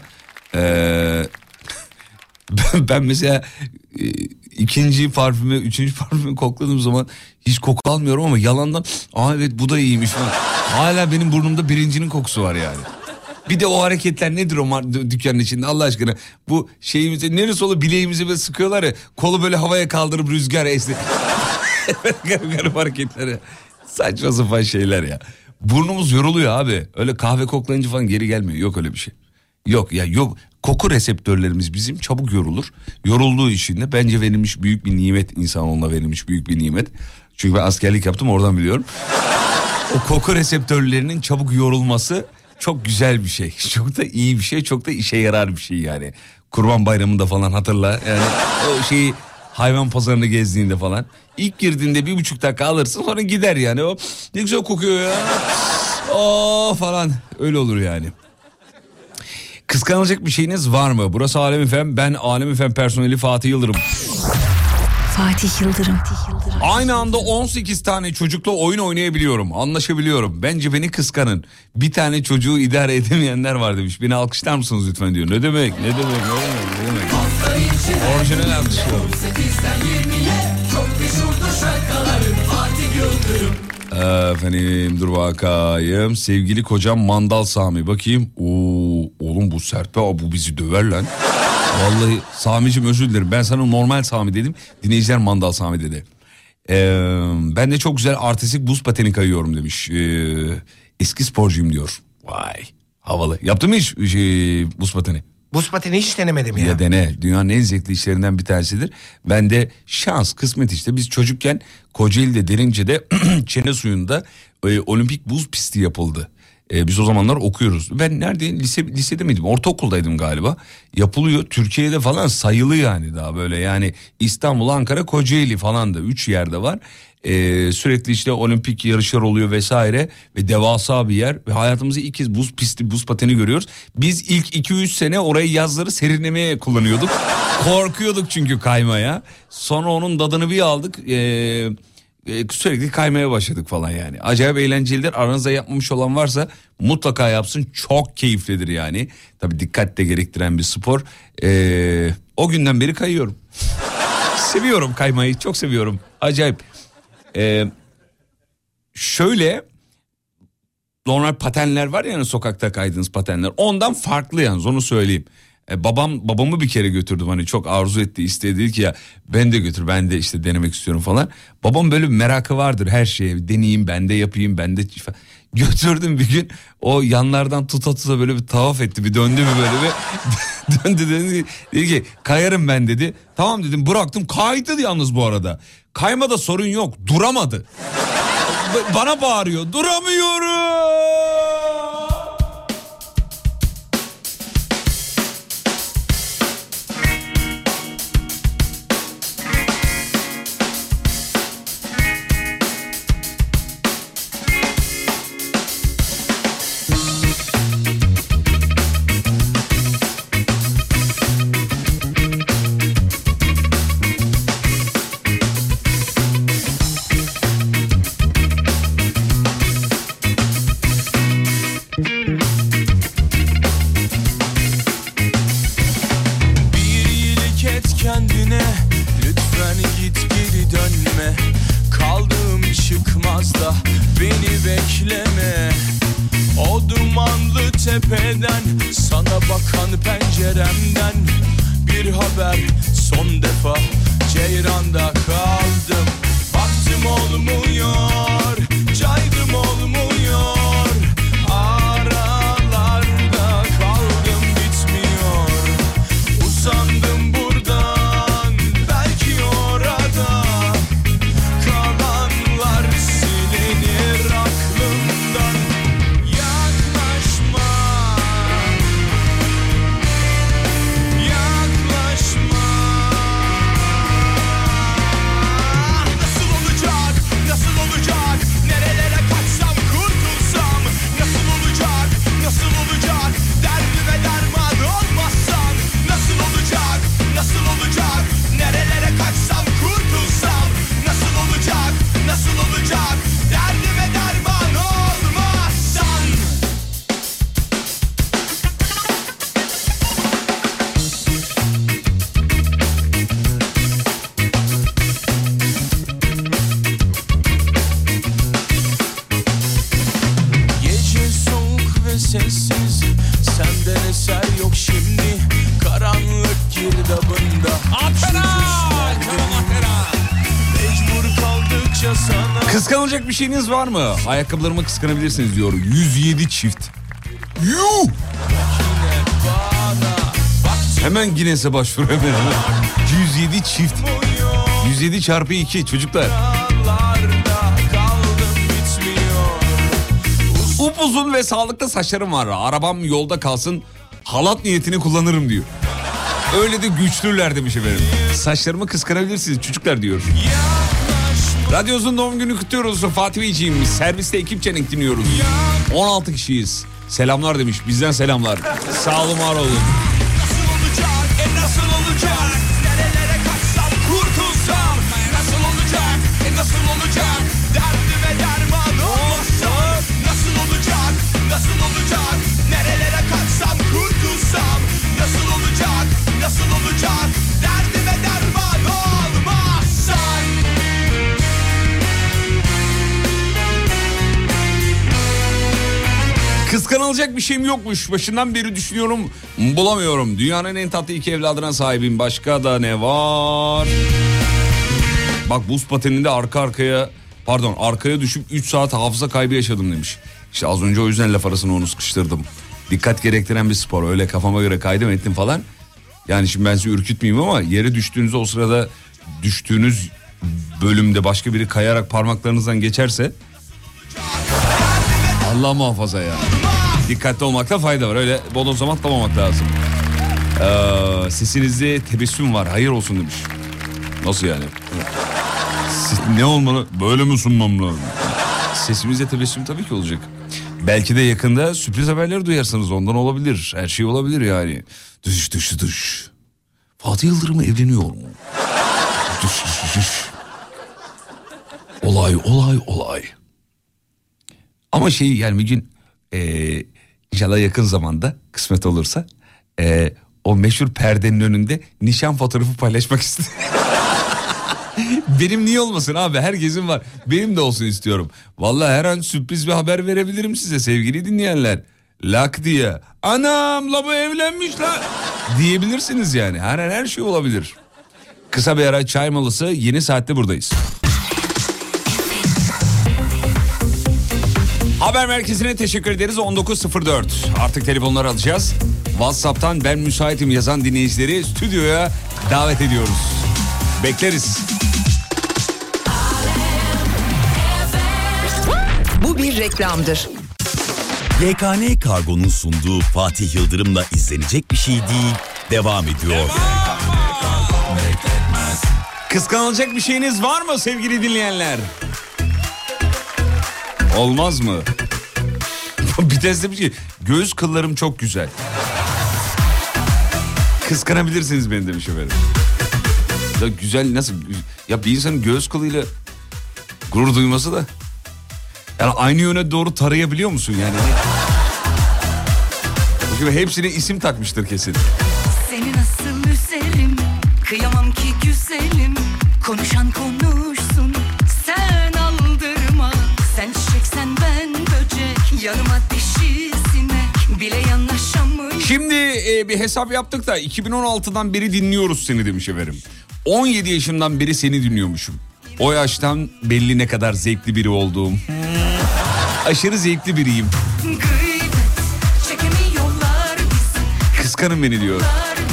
Ben mesela ikinci parfümü, üçüncü parfümü kokladığım zaman hiç koku almıyorum ama yalandan evet bu da iyiymiş falan. Hala benim burnumda birincinin kokusu var yani. Bir de o hareketler nedir o dükkanın içinde Allah aşkına? Bu şeyimizi neresi olur bileğimizi böyle sıkıyorlar ya. Kolu böyle havaya kaldırıp rüzgar esti. Garip hareketleri. Saçma sapan şeyler ya. Burnumuz yoruluyor abi. Öyle kahve koklayınca falan geri gelmiyor. Yok öyle bir şey. Yok ya yok. Koku reseptörlerimiz bizim çabuk yorulur. Yorulduğu için de bence verilmiş büyük bir nimet, insanoğluna verilmiş büyük bir nimet. Çünkü ben askerlik yaptım, oradan biliyorum. O koku reseptörlerinin çabuk yorulması çok güzel bir şey. Çok da iyi bir şey, çok da işe yarar bir şey yani. Kurban Bayramı'nda falan hatırla. Yani o şeyi hayvan pazarını gezdiğinde falan. İlk girdiğinde 1,5 dakika alırsın, sonra gider yani. O ne güzel kokuyor ya. Oo falan öyle olur yani. Kıskanılacak bir şeyiniz var mı? Burası Alem FM. Ben Alem FM personeli Fatih Yıldırım. Fatih Yıldırım. Aynı anda 18 tane çocukla oyun oynayabiliyorum. Anlaşabiliyorum. Bence beni kıskanın. Bir tane çocuğu idare edemeyenler var demiş. Beni alkışlar mısınız lütfen diyor. Ne demek? Ne demek? Ne demek? Orijinal alkışlıyorum. Efendim dur bakayım. Sevgili kocam Mandal Sami. Bakayım. Oğlum bu sert be. Bu bizi döver lan. Vallahi Sami'cim özür dilerim. Ben sana normal Sami dedim. Dinleyiciler Mandal Sami dedi. Ben de çok güzel artistik buz pateni kayıyorum demiş. Eski sporcuyum diyor. Vay havalı. Yaptın mı hiç buz pateni? Buz pateni hiç denemedim ya. Ya dene. Dünyanın en zevkli işlerinden bir tanesidir. Ben de şans, kısmet işte. Biz çocukken Kocaeli'de Derince'de Çene Suyu'nda olimpik buz pisti yapıldı. Biz o zamanlar okuyoruz. Ben neredeyim? Lisede miydim? Ortaokuldaydım galiba. Yapılıyor. Türkiye'de falan sayılı yani daha böyle. Yani İstanbul, Ankara, Kocaeli falan da 3 yerde var. Sürekli işte olimpik yarışlar oluyor vesaire. Ve devasa bir yer. Ve hayatımızda ilk kez buz pisti, buz pateni görüyoruz. Biz ilk 2-3 sene orayı yazları serinlemeye kullanıyorduk. Korkuyorduk çünkü kaymaya. Sonra onun tadını bir aldık. sürekli kaymaya başladık falan yani. Acayip eğlencelidir. Aranızda yapmamış olan varsa mutlaka yapsın. Çok keyiflidir yani. Tabii dikkat de gerektiren bir spor. O günden beri kayıyorum. Seviyorum kaymayı. Çok seviyorum. Acayip. Şöyle normal patenler var ya, sokakta kaydığınız patenler. Ondan farklı yalnız, onu söyleyeyim. Babamı bir kere götürdüm, hani çok arzu etti, istedi ki ya ben de götür, ben de işte denemek istiyorum falan. Babam böyle bir merakı vardır her şeye, deneyeyim ben de yapayım ben de. Götürdüm bir gün, o yanlardan tuta böyle bir tavaf etti, bir döndü mü böyle bir döndü dedi ki kayarım ben dedi. Tamam dedim, bıraktım, kaydı yalnız bu arada. Kaymada sorun yok, duramadı. Bana bağırıyor, duramıyorum. Kıskanılacak bir şeyiniz var mı? Ayakkabılarımı kıskanabilirsiniz diyor. 107 çift. Yuh! Hemen Guinness'e başvuruyorum. 107 çift. 107 çarpı 2 çocuklar. Upuzun ve sağlıklı saçlarım var. Arabam yolda kalsın, halat niyetini kullanırım diyor. Öyle de güçlüler demiş efendim. Saçlarımı kıskanabilirsiniz çocuklar diyor. Radyomuzun doğum günü kutluyoruz Fatih Beyciğim. Serviste ekipçe dinliyoruz. 16 kişiyiz. Selamlar demiş. Bizden selamlar. Sağ olun, var olun. Nasıl olacak? Nasıl olacak? Nerelere kaçsam kurtulsam? Nasıl olacak? Nasıl olacak? Derdime derman olmazsa nasıl olacak? Nasıl olacak? Nerelere kaçsam kurtulsam? Nasıl olacak? Nasıl olacak? Derdime derman olmazsan. Kıskanılacak bir şeyim yokmuş. Başından beri düşünüyorum, bulamıyorum. Dünyanın en tatlı iki evladına sahibim. Başka da ne var? Bak, buz pateninde arkaya düşüp 3 saat hafıza kaybı yaşadım demiş. İşte az önce o yüzden laf arasına onu sıkıştırdım. Dikkat gerektiren bir spor. Öyle kafama göre kaydım ettim falan. Yani şimdi ben sizi ürkütmeyeyim ama yere düştüğünüzde, o sırada düştüğünüz bölümde başka biri kayarak parmaklarınızdan geçerse... Allah muhafaza ya. Dikkatli olmakta fayda var. Öyle bodozlama atlamamak lazım. Sesinizde tebessüm var. Hayır olsun demiş. Nasıl yani? Ne olmalı? Böyle mi sunmam lazım? Sesimizde tebessüm tabii ki olacak. Belki de yakında sürpriz haberleri duyarsınız. Ondan olabilir. Her şey olabilir yani. Dış. Fatih Yıldırım evleniyor mu? Dış. Olay. Ama yani bir gün inşallah yakın zamanda kısmet olursa o meşhur perdenin önünde nişan fotoğrafı paylaşmak istiyorum. Benim niye olmasın abi, herkesin var. Benim de olsun istiyorum. Vallahi her an sürpriz bir haber verebilirim size sevgili dinleyenler. Lak diye anam la bu evlenmiş la diyebilirsiniz yani. Her an her şey olabilir. Kısa bir ara, çay molası, yeni saatte buradayız. Haber merkezine teşekkür ederiz. 19.04 artık telefonları alacağız. WhatsApp'tan ben müsaitim yazan dinleyicileri stüdyoya davet ediyoruz. Bekleriz. Bu bir reklamdır. YKN Kargo'nun sunduğu Fatih Yıldırım'la izlenecek bir şey değil devam ediyor. Kıskanılacak bir şeyiniz var mı sevgili dinleyenler? Olmaz mı? Bir test demiş ki göğüs kıllarım çok güzel. Kıskanabilirsiniz beni demiş efendim. Ya güzel nasıl? Ya bir insanın göğüs kılıyla gurur duyması da. Yani aynı yöne doğru tarayabiliyor musun yani? Çünkü hepsine isim takmıştır kesin. Seni nasıl üzerim, kıyamam ki güzelim. Konuşan konuşsun, sen aldırma. Sen çiçeksen ben böcek, yanıma dişi sinek bile yanaşamıyor. Şimdi bir hesap yaptık da 2016'dan beri dinliyoruz seni demiş efendim. 17 yaşımdan beri seni dinliyormuşum. O yaştan belli ne kadar zevkli biri olduğum. Aşırı zevkli biriyim. Kıskanın beni diyor.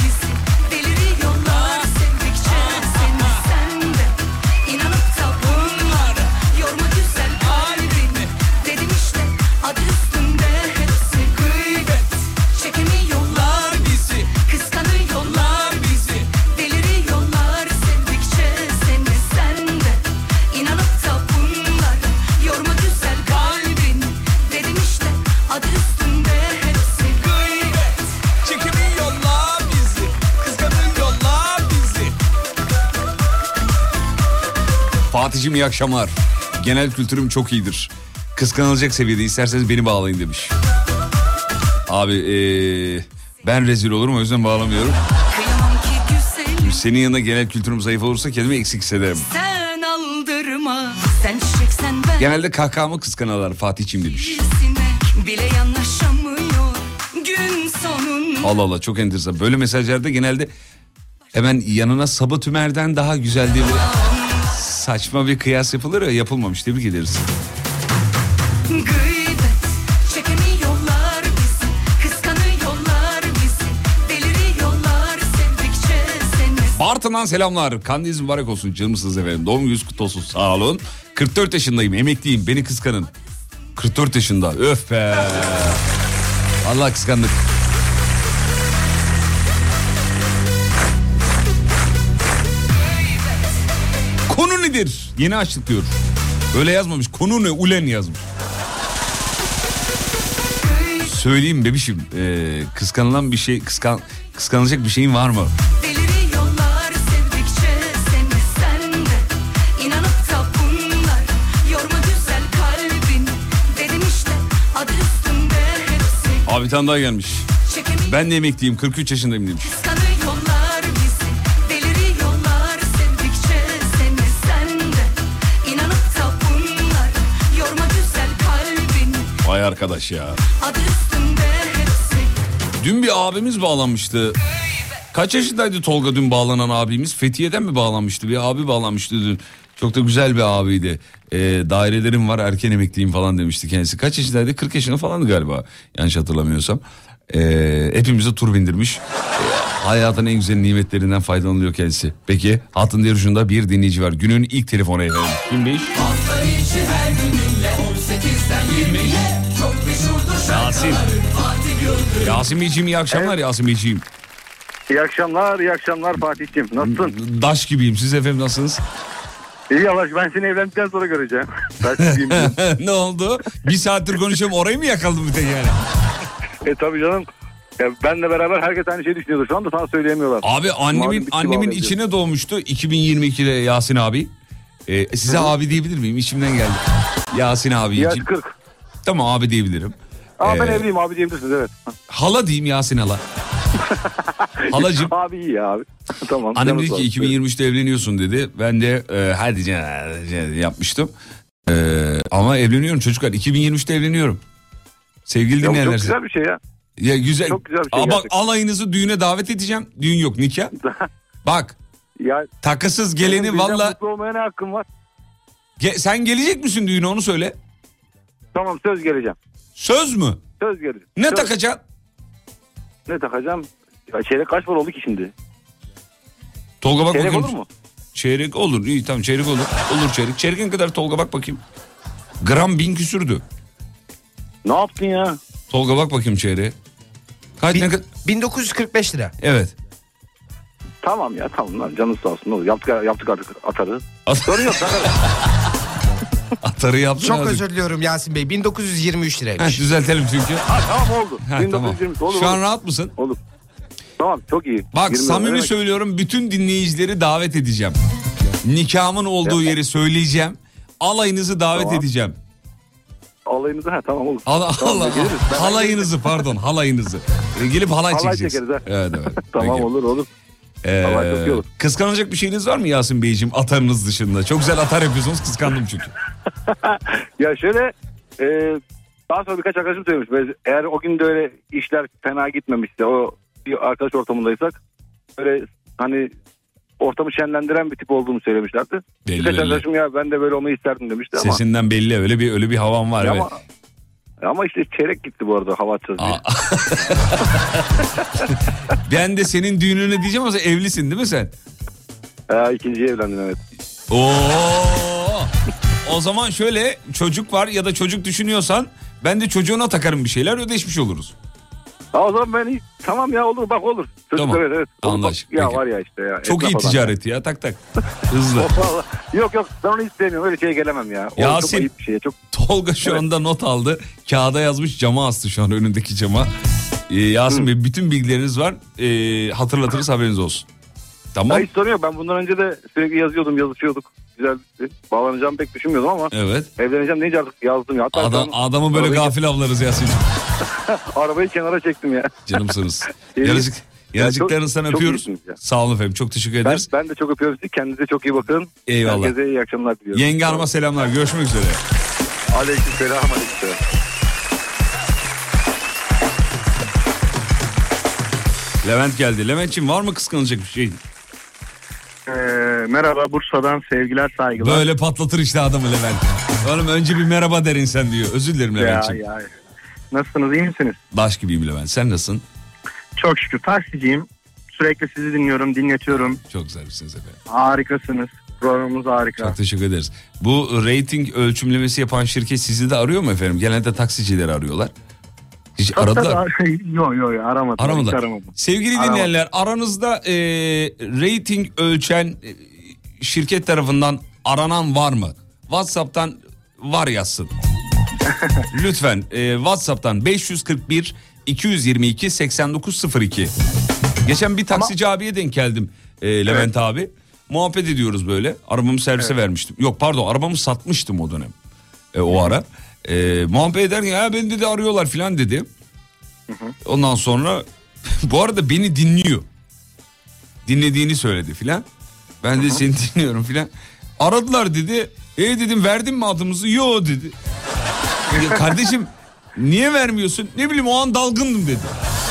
Fatih'cim iyi akşamlar. Genel kültürüm çok iyidir. Kıskanılacak seviyede, isterseniz beni bağlayın demiş. Abi ben rezil olurum, o yüzden bağlamıyorum. Senin yanında genel kültürüm zayıf olursa kendimi eksik hissederim. Sen aldırma, sen çiçeksen ben. Genelde kahkahamı kıskanırlar Fatih'cim demiş. Bile yanaşamıyor gün sonunda. Allah Allah, çok enteresan. Böyle mesajlarda genelde hemen yanına Sabah Tümer'den daha güzel diye saçma bir kıyas yapılır ya, yapılmamış. Tebrik ederiz. Bartın'dan selamlar. Kandiliniz mübarek olsun. Canımsınız efendim. Doğum gününüz kutlu olsun. Sağ olun. 44 yaşındayım. Emekliyim. Beni kıskanın. 44 yaşında. Öf be. Allah kıskandık. Konu nedir? Yeni açtık diyor. Öyle yazmamış. Konu ne? Ulen yazmış. Söyleyeyim bebişim. Kıskanılan bir şey, kıskanılacak bir şeyin var mı? Abi bir tane daha gelmiş. Ben de emekliyim, 43 yaşındayım demiş. Vay arkadaş ya. Dün bir abimiz bağlanmıştı. Kaç yaşındaydı Tolga dün bağlanan abimiz? Fethiye'den mi bağlanmıştı? Bir abi bağlanmıştı dün. Çok da güzel bir abiydi. Dairelerim var, erken emekliyim falan demişti kendisi. Kaç yaşındaydı? 40 yaşında falandı galiba. Yanlış hatırlamıyorsam. Hepimize tur bindirmiş. Hayatın en güzel nimetlerinden faydalanıyor kendisi. Peki hattın diğer ucunda bir dinleyici var. Günün ilk telefonu efendim. Kimmiş? Hafta içi her gününle 18'den 20'ye çok meşhurdur. Yasin. Yasin Beyciğim iyi akşamlar, evet. Yasin Beyciğim. İyi akşamlar, iyi akşamlar Fatih'ciğim. Nasılsın? Daş gibiyim. Siz efendim nasılsınız? İyi yavaş, ben seni evlendikten sonra göreceğim. Ne oldu? Bir saattir konuşuyorum, orayı mı yakaladım bir tek yani? Tabii canım. Ya benle beraber herkes aynı şeyi düşünüyordu. Şu anda sana söyleyemiyorlar. Abi annemin içine doğmuştu 2022'de Yasin abi. Size abi diyebilir miyim? İçimden geldi. Yasin abiciğim. Yaş 40. Tamam abi diyebilirim. Ben evliyim abi diyebilirsiniz, evet. Hala diyeyim, Yasin hala. Halacığım. Abi iyi ya abi. Tamam. Annem dedi ki 2023'te evleniyorsun dedi. Ben de hadi canım yapmıştım. Ama evleniyorum çocuklar. 2023'te evleniyorum. Sevgili dinleyenler. Çok güzel bir şey ya. Ya güzel. Çok güzel bir şey. Bak alayınızı düğüne davet edeceğim. Düğün yok, nikah. Bak. Ya, takısız geleni valla. Mutlu olmaya ne hakkım var? Sen gelecek misin düğüne, onu söyle. Tamam, söz geleceğim. Söz mü? Söz geleceğim. Ne takacaksın? Ne takacağım? Ya çeyrek kaç para oldu ki şimdi? Tolga bak çeyrek bakayım. Olur mu? Çeyrek olur. İyi tamam, çeyrek olur. Olur çeyrek. Çeyrekin kadar Tolga bak bakayım. Gram 1000 küsürdü. Ne yaptın ya? Tolga bak bakayım çeyreğe. Kaç ne kadar? 1945 lira. Evet. Tamam ya, tamam lan, canınız sağ olsun. Ne olur? Yaptık artık atarı. Sorun yok. Atarı yaptın. Çok özür diliyorum Yasin Bey. 1923 liraymış. Düzeltelim çünkü. Tamam oldu. 1920 tamam. Şu an rahat mısın? Olur. Tamam, çok iyi. Bak samimi söylüyorum, bütün dinleyicileri davet edeceğim. Nikahımın olduğu yeri söyleyeceğim. Alayınızı davet edeceğim. Alayınızı tamam olur. Halayınızı pardon, halayınızı. Gelip halay çekeceğiz. Çekeriz, ha. Evet. Tamam peki. Olur. Olur. Kıskanacak bir şeyiniz var mı Yasin Beyciğim atarınız dışında? Çok güzel atar yapıyorsunuz, kıskandım çünkü. Ya şöyle daha sonra birkaç arkadaşım söylemiş. Eğer o gün de öyle işler fena gitmemişse, o bir arkadaş ortamındaysak böyle hani ortamı şenlendiren bir tip olduğumu söylemişlerdi. Birkaç arkadaşım ya ben de böyle olmayı isterdim demişti ama. Sesinden belli, öyle bir havan var. Evet. Ama işte çeyrek gitti bu arada, hava atacağız diye. Ben de senin düğününe diyeceğim ama sen evlisin değil mi sen? İkinciye evlendim, evet. O zaman şöyle, çocuk var ya da çocuk düşünüyorsan ben de çocuğuna takarım bir şeyler, ödeşmiş oluruz. O zaman ben tamam ya, olur bak, olur. Çocuk, tamam. Evet. Anlaştık. Ya var ya işte ya. Çok iyi ticareti ya, tak. Hızlı. Yok ben onu istemiyorum, öyle şeye gelemem ya. Yasin, çok ayıp bir şey. Tolga şu anda not aldı. Kağıda yazmış, cama astı şu an, önündeki cama. Yasin Bey, bütün bilgileriniz var. Hatırlatırız, haberiniz olsun. Tamam. Hiç sorun yok, ben bundan önce de sürekli yazışıyorduk. Güzel bağlanacağımı pek düşünmüyordum ama. Evet. Evleneceğim deyince artık yazdım ya. Hatta adamı böyle gafil avlarız Yasin'ciğim. Arabayı kenara çektim ya. Canımsınız. Yanıcıklarınızdan öpüyoruz. Sağ olun efendim, çok teşekkür ederiz. Ben de çok öpüyorum sizi. Kendinize çok iyi bakın. Eyvallah. Herkese iyi akşamlar diliyorum. Yenge hanıma selamlar. Görüşmek üzere. Aleykümselam. Levent geldi. Levent'ciğim, var mı kıskanılacak bir şey? Merhaba, Bursa'dan sevgiler, saygılar. Böyle patlatır işte adamı Levent. Oğlum önce bir merhaba der insan diyor. Özür dilerim Levent'ciğim. Ya. Nasılsınız, iyi misiniz? Baş gibiyim Levent. Sen nasılsın? Çok şükür, taksiciyim. Sürekli sizi dinliyorum, dinletiyorum. Çok güzelsiniz efendim. Harikasınız. Programımız harika. Çok teşekkür ederiz. Bu rating ölçümlemesi yapan şirket sizi de arıyor mu efendim? Genelde taksicileri arıyorlar. Hiç aradılar. Yok aramadılar. Sevgili dinleyenler, aranızda rating ölçen şirket tarafından aranan var mı? WhatsApp'tan var yazsın. Lütfen WhatsApp'tan 541 222 8902. Geçen bir taksici abiye denk geldim, Levent abi. Muhabbet ediyoruz böyle. Arabamı servise vermiştim. Yok pardon, arabamı satmıştım o dönem. O ara. Muhabbet ederken ya beni dedi arıyorlar filan dedi. Ondan sonra bu arada beni dinliyor. Dinlediğini söyledi filan. Ben de seni dinliyorum filan. Aradılar dedi. Dedim verdin mi adımızı? Yo dedi. Ya kardeşim niye vermiyorsun? Ne bileyim, o an dalgındım dedi.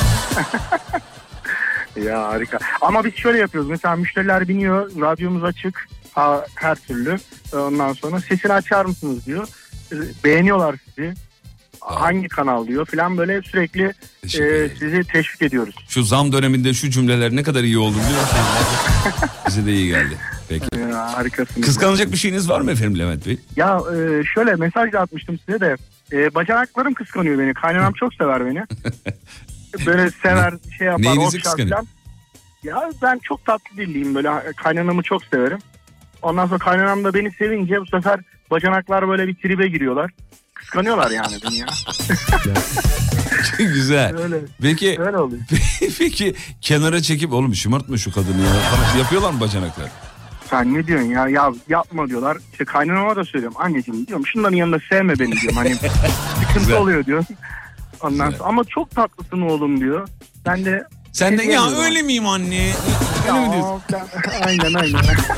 Ya harika. Ama biz şöyle yapıyoruz. Mesela müşteriler biniyor, radyomuz açık her türlü. Ondan sonra sesini açar mısınız diyor. Beğeniyorlar sizi. Hangi kanal diyor filan, böyle sürekli sizi teşvik ediyoruz. Şu zam döneminde şu cümleler ne kadar iyi oldu biliyor musunuz? Bize de iyi geldi. Peki. Ya, harikasınız. Kıskanacak bir şeyiniz var mı efendim Levent Bey? Ya şöyle mesaj da atmıştım size de. Bacanaklarım kıskanıyor beni. Kaynanam çok sever beni. Böyle sever, şey yapar. Neyinizi kıskanıyor? Falan. Ya ben çok tatlı dilliyim, böyle kaynanamı çok severim. Ondan sonra kaynanam da beni sevince bu sefer bacanaklar böyle bir tribe giriyorlar. Kıskanıyorlar yani beni ya. Güzel. Öyle. Peki, öyle oluyor. Peki kenara çekip oğlum şımartma şu kadını ya. Yapıyorlar mı bacanaklar? sen ne diyorsun ya? Ya yapma diyorlar. İşte kaynanama da söylüyorum. Anneciğim diyorum şunların yanında sevme beni diyorum. Hani sıkıntı oluyor diyor. Ondan sonra, ama çok tatlısın oğlum diyor. Ben de sen de ya öyle miyim anne? Öyle mi diyorsun? Aynen.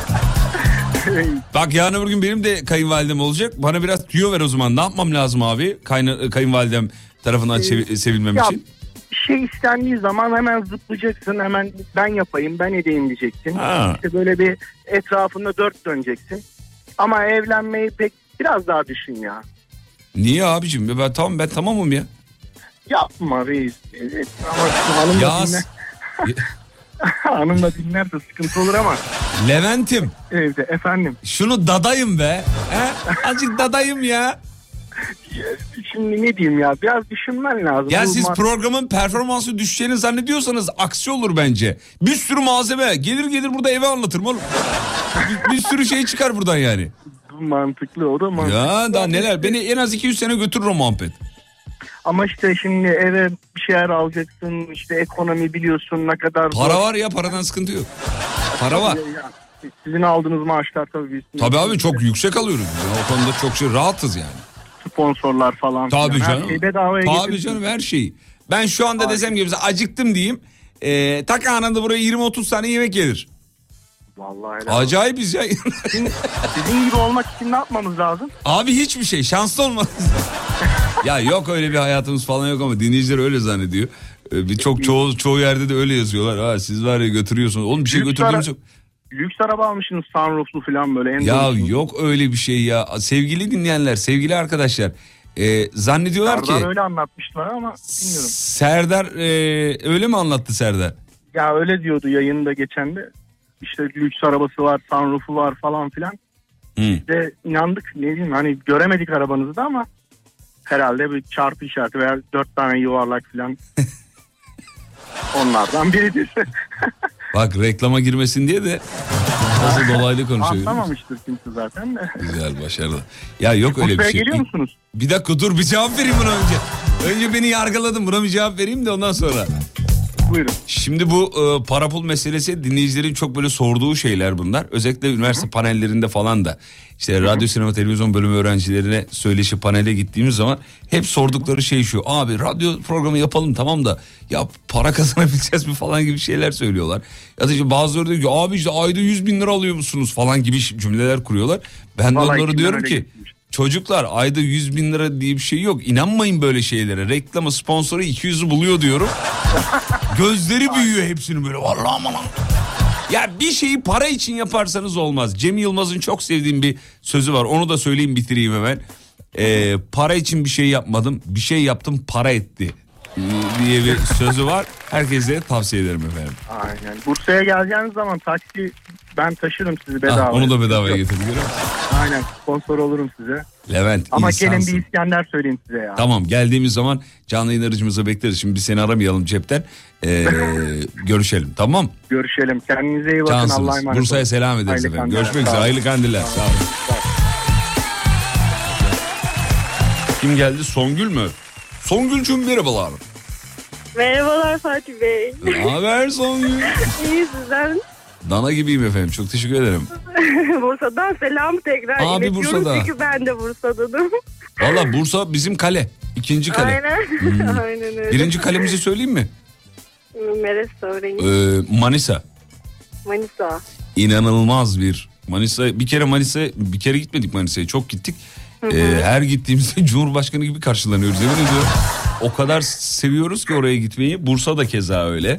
Bak yarın öbür gün benim de kayınvalidem olacak. Bana biraz tüyo ver o zaman. Ne yapmam lazım abi? Kayınvalidem tarafından sevilmem için. Şey istendiği zaman hemen zıplayacaksın. Hemen ben yapayım, ben edeyim diyeceksin. İşte böyle bir etrafında dört döneceksin. Ama evlenmeyi pek biraz daha düşün ya. Niye abicim? Ben tamamım ya. Yapma reis. Evet, ama hanım da dinler. Hanım da dinlerse sıkıntı olur ama. Levent'im. Evde efendim. Şunu dadayım be. Azıcık dadayım ya. Şimdi ne diyeyim ya, biraz düşünmen lazım. Ya siz programın performansı düşeceğini zannediyorsanız aksi olur bence. Bir sürü malzeme gelir burada eve anlatırım oğlum. bir sürü şey çıkar buradan yani. Mantıklı, o da mantıklı. Ya daha neler, beni en az 200 sene götürür o muhabbet. Ama işte şimdi eve bir şeyler alacaksın, işte ekonomi biliyorsun ne kadar para zor. Var ya, paradan sıkıntı yok. Para var. Sizin aldığınız maaşlar tabii. Tabii abi çok yüksek alıyoruz. O konuda çok şey rahatız yani. Sponsorlar falan. Tabii canım. Her şeyi bedavaya tabii getirsin. canım, her şeyi. Ben şu anda desem ki acıktım diyeyim. Tak anında buraya 20-30 tane yemek gelir. Vallahi acayibiz ya. Sizin gibi olmak için ne yapmamız lazım? Abi hiçbir şey, şanslı olmamız. Ya yok öyle bir hayatımız falan yok ama dinleyiciler öyle zannediyor. Çoğu yerde de öyle yazıyorlar. Siz var ya götürüyorsunuz. Oğlum bir şey götürdüğümüz yok. Lüks araba almışsınız, sunrooflu falan böyle. Ya yok öyle bir şey ya. Sevgili dinleyenler, sevgili arkadaşlar. Zannediyorlar Serdar ki. öyle anlatmışlar ama bilmiyorum. Serdar öyle mi anlattı Serdar? Ya öyle diyordu yayında geçen de. İşte lüks arabası var, sunroofu var falan filan. Biz de inandık, ne diyeyim, hani göremedik arabanızı da ama herhalde bir çarpı işareti veya 4 tane yuvarlak filan. Onlardan biridir. Bak reklama girmesin diye de nasıl dolaylı konuşuyor. Atlamamıştır kimse zaten de. Güzel, başarılı. Ya yok öyle bir şey. Geliyor musunuz? Bir dakika dur, bir cevap vereyim buna önce. Önce beni yargıladın, buna bir cevap vereyim de ondan sonra. Buyurun. Şimdi bu para pul meselesi dinleyicilerin çok böyle sorduğu şeyler bunlar. Özellikle üniversite panellerinde falan da. İşte radyo, sinema, televizyon bölümü öğrencilerine söyleşi panele gittiğimiz zaman hep sordukları şey şu. Abi radyo programı yapalım tamam da ya para kazanabileceğiz mi falan gibi şeyler söylüyorlar. Ya da işte bazıları diyor ki abi işte ayda 100.000 lira alıyor musunuz falan gibi cümleler kuruyorlar. Ben de onlara diyorum ki çocuklar ayda 100.000 lira diye bir şey yok. İnanmayın böyle şeylere. Reklama sponsoru 200'ü buluyor diyorum. Gözleri büyüyor hepsinin böyle. Vallahi aman. Ya bir şeyi para için yaparsanız olmaz. Cem Yılmaz'ın çok sevdiğim bir sözü var. Onu da söyleyeyim, bitireyim hemen. Para için bir şey yapmadım. Bir şey yaptım, para etti diye bir sözü var. Herkese tavsiye ederim efendim. Aynen. Bursa'ya geleceğiniz zaman taksi ben taşırım sizi bedava. Onu da bedavaya getirdim. Aynen, sponsor olurum size. Levent ama insansın. gelin bir İskender söyleyeyim size ya. Tamam, geldiğimiz zaman canlı yayın aracımıza bekleriz. Şimdi biz seni aramayalım cepten. Görüşelim, tamam. Görüşelim. Kendinize iyi bakın. Cansınız. Allah'a emanet olun. Bursa'ya selam ederiz efendim. Görüşmek üzere. Hayırlı kandiller. Sağ olun. Kim geldi? Songül mü? Songülcüğüm merhabalar. Merhabalar Fatih Bey. Ne haber Songül? İyi, sizden? Dana gibiyim efendim. Çok teşekkür ederim. Bursa'dan selam tekrar abi iletiyorum. Bursa'da. Çünkü ben de Bursa'danım. Valla Bursa bizim kale. İkinci kale. Aynen. Aynen öyle. Birinci kalemizi söyleyeyim mi? Neresi söyleyeyim? Manisa. Manisa. İnanılmaz bir Manisa. Bir kere gitmedik Manisa'ya. Çok gittik. Her gittiğimizde Cumhurbaşkanı gibi karşılanıyoruz. Yemin ediyorum. O kadar seviyoruz ki oraya gitmeyi. Bursa da keza öyle.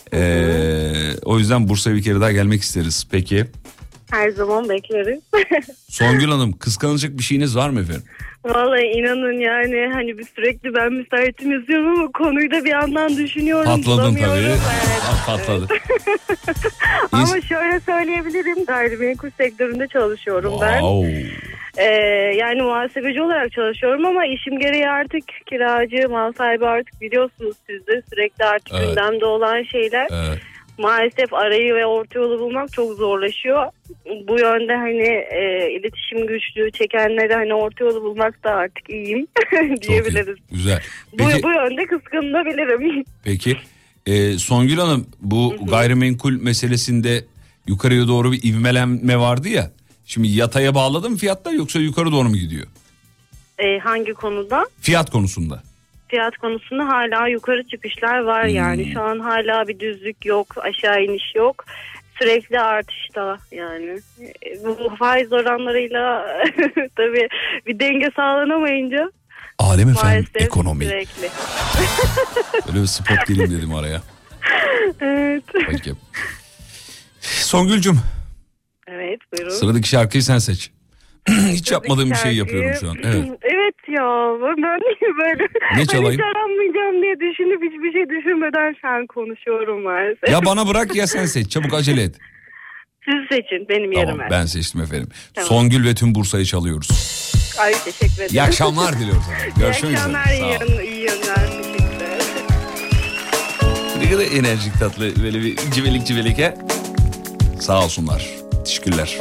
O yüzden Bursa'ya bir kere daha gelmek isteriz. Peki. Her zaman bekleriz. Songül Hanım, kıskanacak bir şeyiniz var mı efendim? Vallahi inanın yani hani sürekli ben müsaitim yazıyorum ama konuyu da bir yandan düşünüyorum. Patladın tabii. Evet. Patladı. Ama şöyle söyleyebilirim, gayrimenkul sektöründe çalışıyorum ben. Yani muhasebeci olarak çalışıyorum ama işim gereği artık kiracı, mal sahibi artık biliyorsunuz siz de sürekli artık gündemde olan şeyler. Evet. Maalesef arayı ve orta yolu bulmak çok zorlaşıyor. Bu yönde hani iletişim güçlüğü çekenlere hani orta yolu bulmak da artık iyiyim diyebiliriz. Iyi, güzel. Peki, bu yönde kıskanılabilirim. Peki Songül Hanım, bu gayrimenkul meselesinde Yukarıya doğru bir ivmelenme vardı ya. Şimdi yataya bağladı mı fiyatlar yoksa yukarı doğru mu gidiyor? Hangi konuda? Fiyat konusunda. Fiyat konusunda hala yukarı çıkışlar var yani. Şu an hala bir düzlük yok, aşağı iniş yok. Sürekli artışta yani. Bu faiz oranlarıyla tabii bir denge sağlanamayınca. Alem efendim ekonomi. Sürekli. Öyle bir spot gireyim dedim araya. Evet. Peki. Songül'cüm. Evet buyurun. Sıradaki şarkıyı sen seç. Hiç yapmadığım bir şey yapıyorum şu an. Evet. Evet ya ben böyle ne çalayım? Hiç aranmayacağım diye düşünüp hiçbir şey düşünmeden şu an konuşuyorum maalesef. Ya bana bırak ya sen seç. Çabuk acele et. Siz seçin benim tamam, yerime. Ben seçtim efendim. Tamam. Songül ve tüm Bursa'yı çalıyoruz. Ay teşekkür ederim. İyi akşamlar diliyoruz. Görüşmek üzere. İyi akşamlar, iyi yönler. Teşekkürler. Ne kadar enerjik tatlı böyle bir civelik he. Sağ olsunlar. Teşekkürler.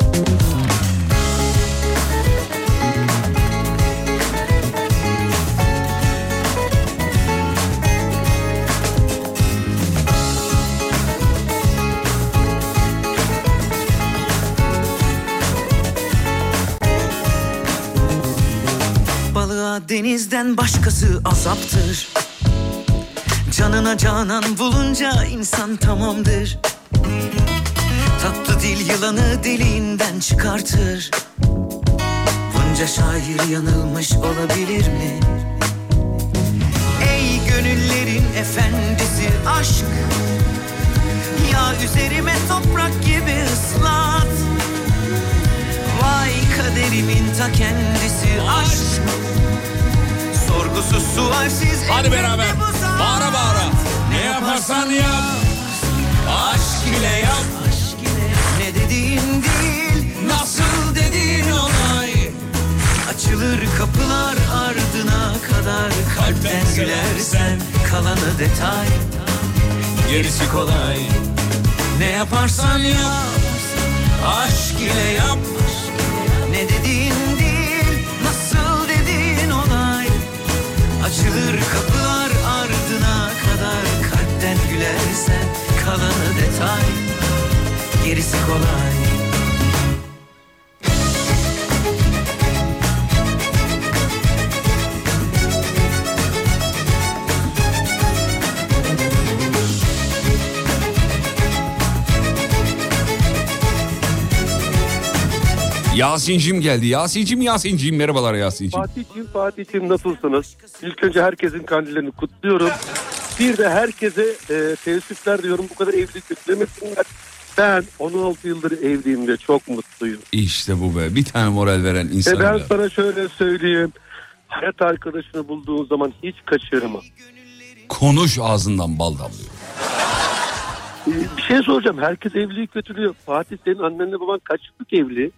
Balığa denizden başkası azaptır. Canına canan bulunca insan tamamdır. Tatlı dil yılanı deliğinden çıkartır. Bunca şair yanılmış olabilir mi? Ey gönüllerin efendisi aşk, ya üzerime toprak gibi ıslat. Vay kaderimin ta kendisi aşk. Sorgusuz sualsiz. Hadi beraber bağıra bağıra. Ne yaparsan yap, aşk ile yap. Ne dediğin değil, nasıl dediğin olay. Açılır kapılar ardına kadar. Kalpten gülersen kalanı detay. Gerisi kolay. Ne yaparsan yap, aşk ile yap. Ne dediğin değil, nasıl dediğin olay. Açılır kapılar ardına kadar. Kalpten gülersen kalanı detay. Gerisi kolay. Yasin'cim geldi. Yasin'cim merhabalar Yasin'cim. Fatih'cim nasılsınız? İlk önce herkesin kandillerini kutluyorum. Bir de herkese teessüfler diyorum, bu kadar evlilik beklemesinler. Ben 16 yıldır evliyim ve çok mutluyum. İşte bu be, bir tane moral veren insan. Ben sana şöyle söyleyeyim. Hayat arkadaşını bulduğun zaman hiç kaçırma. Konuş, ağzından bal damlıyor. Bir şey soracağım. Herkes evliliği kötülüyor. Fatih, senin annenle baban kaç yıllık evli?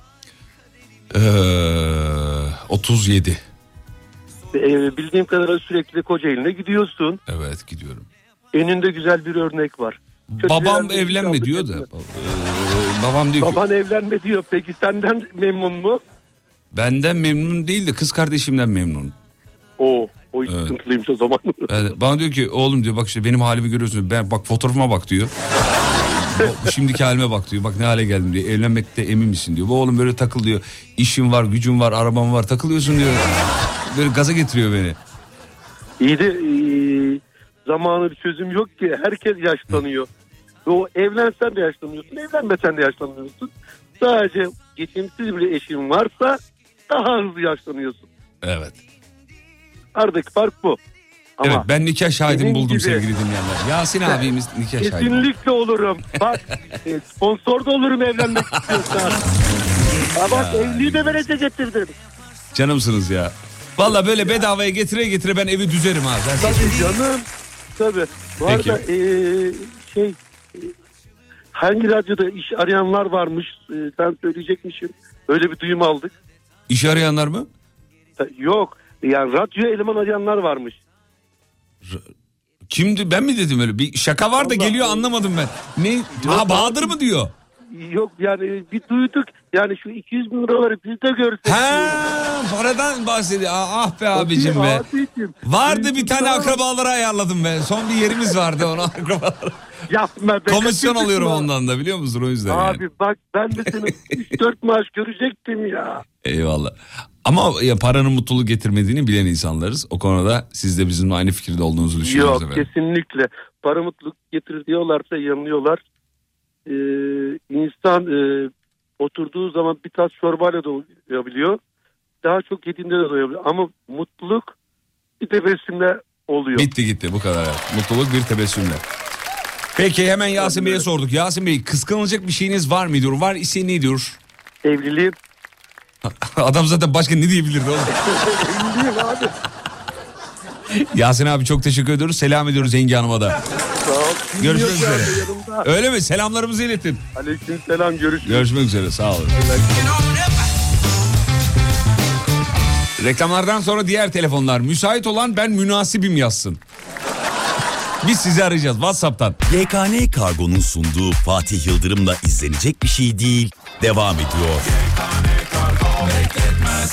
37. Bildiğim kadarıyla sürekli Kocaeli'ne gidiyorsun. Evet, gidiyorum. Önünde güzel bir örnek var. Babam evlenme diyor da. Babam diyor ki. Baban evlenme diyor. Peki senden memnun mu? Benden memnun değil de kız kardeşimden memnun. O evet. Sıkıntılıymış o zaman. Bana diyor ki oğlum diyor, bak işte benim halimi görüyorsun. Ben bak fotoğrafıma bak diyor. Şimdiki halime bak diyor. Bak ne hale geldim diyor. Evlenmekte emin misin diyor. Bu oğlum böyle takıl diyor. İşim var, gücüm var, arabam var. Takılıyorsun diyor. Böyle gaza getiriyor beni. İyi de zamanı bir çözüm yok ki. Herkes yaşlanıyor. O evlensen de yaşlanıyorsun, evlenmesen de yaşlanıyorsun. Sadece geçimsiz bir eşin varsa daha hızlı yaşlanıyorsun. Evet. Aradaki fark bu. Ama evet, ben nikah şahidim buldum gibi, sevgili dinleyenler. Yasin abimiz nikah şahidi. Kesinlikle olurum. Bak sponsor da olurum evlenmek istiyorsan. Bak evliliği de verece getirdim. Canımsınız ya. Valla böyle bedavaya getire ben evi düzerim ha. Tabii canım. Tabii. Bu arada hangi radyoda iş arayanlar varmış, sen söyleyecekmişsin. Öyle bir duyum aldık. İş arayanlar mı? Yok. Yani radyo eleman arayanlar varmış. Kimdi, ben mi dedim öyle? Bir şaka var da geliyor, anlamadım ben. Ne? Ha, Bahadır mı diyor? Yok yani bir duyduk. Yani şu 200 bin liraları biz de görsek. Paradan bahsediyor. Ah be abicim be. Vardı bir tane akrabalara ayarladım ben. Son bir yerimiz vardı ona akrabalara. Yapma be. Komisyon kaçırdık alıyorum mı? ondan da, biliyor musun, o yüzden Abi yani. bak ben de senin 3-4 maaş görecektim ya. Eyvallah. Ama ya paranın mutluluk getirmediğini bilen insanlarız. O konuda siz de bizimle aynı fikirde olduğunuzu düşünüyoruz Yok efendim. kesinlikle. Para mutluluk getirir diyorlarsa yanılıyorlar. İnsan oturduğu zaman bir tas çorbayla doyabiliyor. Daha çok yediğinde de doyabiliyor. Ama mutluluk bir tebessümle oluyor. Bitti gitti, bu kadar. Mutluluk bir tebessümle. Peki hemen Yasin Bey'e sorduk. Yasin Bey, kıskanılacak bir şeyiniz var mıdır? Var ise ne diyor? Evliliğim. Adam zaten başka ne diyebilirdi oğlum? Evliliğim abi. Yasin abi çok teşekkür ediyoruz. Selam ediyoruz Yenge Hanım'a da. Sağ ol. Görüşmek üzere. Yanımda. Öyle mi? Selamlarımızı iletin. Aleykümselam, görüşürüz. Görüşmek üzere, sağ olun. Reklamlardan sonra diğer telefonlar. Müsait olan ben münasibim yazsın. Biz sizi arayacağız WhatsApp'tan. YKN Kargo'nun sunduğu Fatih Yıldırım'la izlenecek bir şey değil devam ediyor. YKN Kargo bekletmez.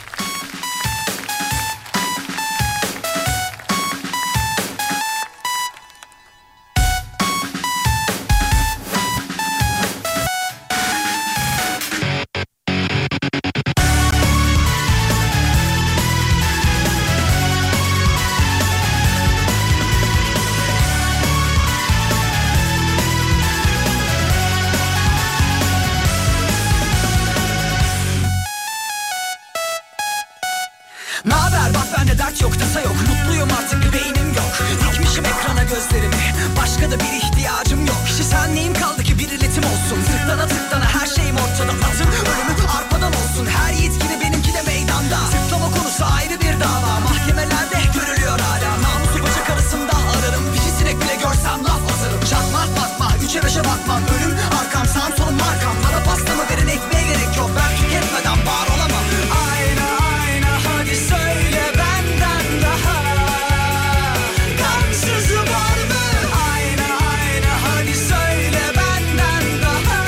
Naber bak bende dert yok tasa yok. Mutluyum artık bir beynim yok. Dikmişim ekrana gözlerimi. Başka da bir ihtiyacım yok. Kişisel neyim kaldı ki bir iletim olsun. Tıklana tıklana her şeyim ortada. Atın ölümü arpadan olsun. Her yiğit gibi benimki de meydanda. Tıklama konusu ayrı bir dava. Mahkemelerde görülüyor hala. Namusu bacak arasında ararım. Dişi sinek bile görsem laf asarım. Çakma bakma 3'e 5'e bakmam. Ölüm arkam sağım solum markam. Bana pastamı verin, ekmeğe gerek yok. Ben tüketmeden var olamam. Ayna ayna hadi söyle benden daha kansızı var mı? Ayna ayna hadi söyle benden daha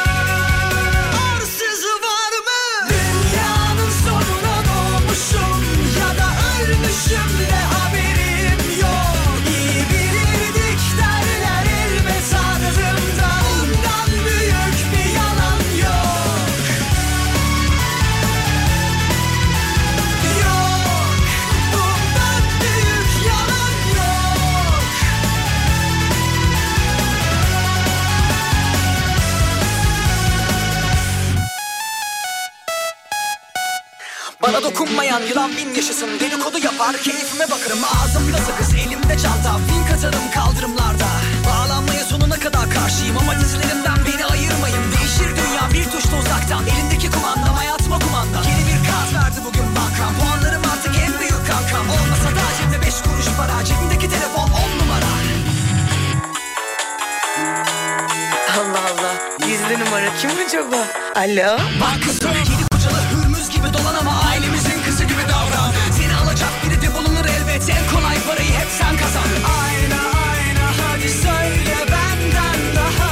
arsızı var mı? Dünyanın sonuna doğmuşum ya da ölmüşüm de haberim yok. İyi bilirdik derler elbet ardımda. Bundan büyük bir yalan yok. Yok, bundan büyük yalan yok. Bana dokunmayan yılan bin yaşasın. Dedikodu yapar keyfime bakarım. Ağzımda sakız elimde çanta. Fink atarım kaldırımlarda. Bağlanmaya sonuna kadar karşıyım. Ama dizilerimden beni ayırmayın. Değişir dünya bir tuşla uzaktan. Elimdeki kumandam hayatıma kumanda. Yeni bir kart verdi bugün bankam. Puanlarım artık en büyük kankam. Olmasa da cebimde 5 kuruş para. Cebimdeki telefon 10 numara. Allah Allah. Gizli numara kim acaba? Alo? Bak kızım yedi kocalı hürmüz gibi dolan ama ailemizin kızı gibi davran. Seni alacak biri de bulunur elbet. En kolay parayı hep sen kazan. Ayna ayna hadi söyle benden daha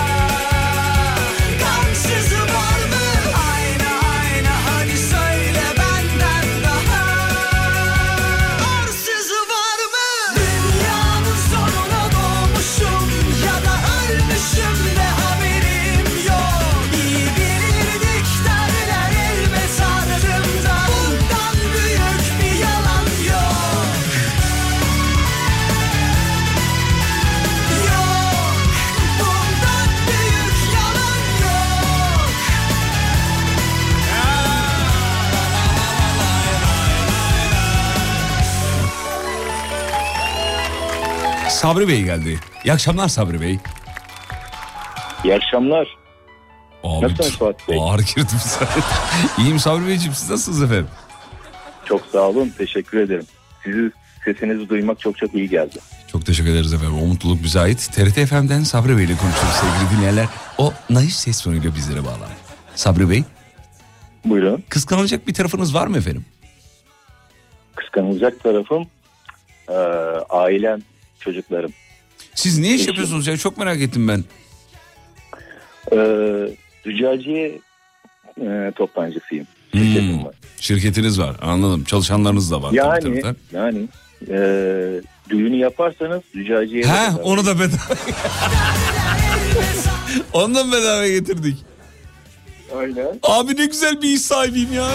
kansızı var mı? Ayna ayna hadi söyle benden daha arsızı var mı? Dünyanın sonuna doğmuşum ya da ölmüşüm de haberim yok. İyi bilirdik derler elbet ardımda. Bundan büyük bir yalan yok. Yok, bundan büyük yalan yok. Sabri Bey geldi. İyi akşamlar Sabri Bey. İyi akşamlar. Abi, Nasılsınız Fatih Bey? ağır girdim sana. İyiyim Sabri Beyciğim, siz nasılsınız efendim? Çok sağ olun, teşekkür ederim. Sizin sesinizi duymak çok çok iyi geldi. Çok teşekkür ederiz efendim. O mutluluk bize ait. TRT FM'den Sabri Bey ile konuşuyoruz sevgili dinleyenler. O naif ses tonuyla bizlere bağlar. Sabri Bey. Buyurun. Kıskanılacak bir tarafınız var mı efendim? Kıskanılacak tarafım ailem, çocuklarım. Siz ne iş yapıyorsunuz ya? Çok merak ettim ben. Tüccarciye toptancısıyım. Şirketiniz var, anladım. Çalışanlarınız da var. Yani düğünü yaparsanız Züccaciye'ye... Onu da bedava. Ondan bedava getirdik. Aynen. Abi ne güzel bir iş sahibiyim ya.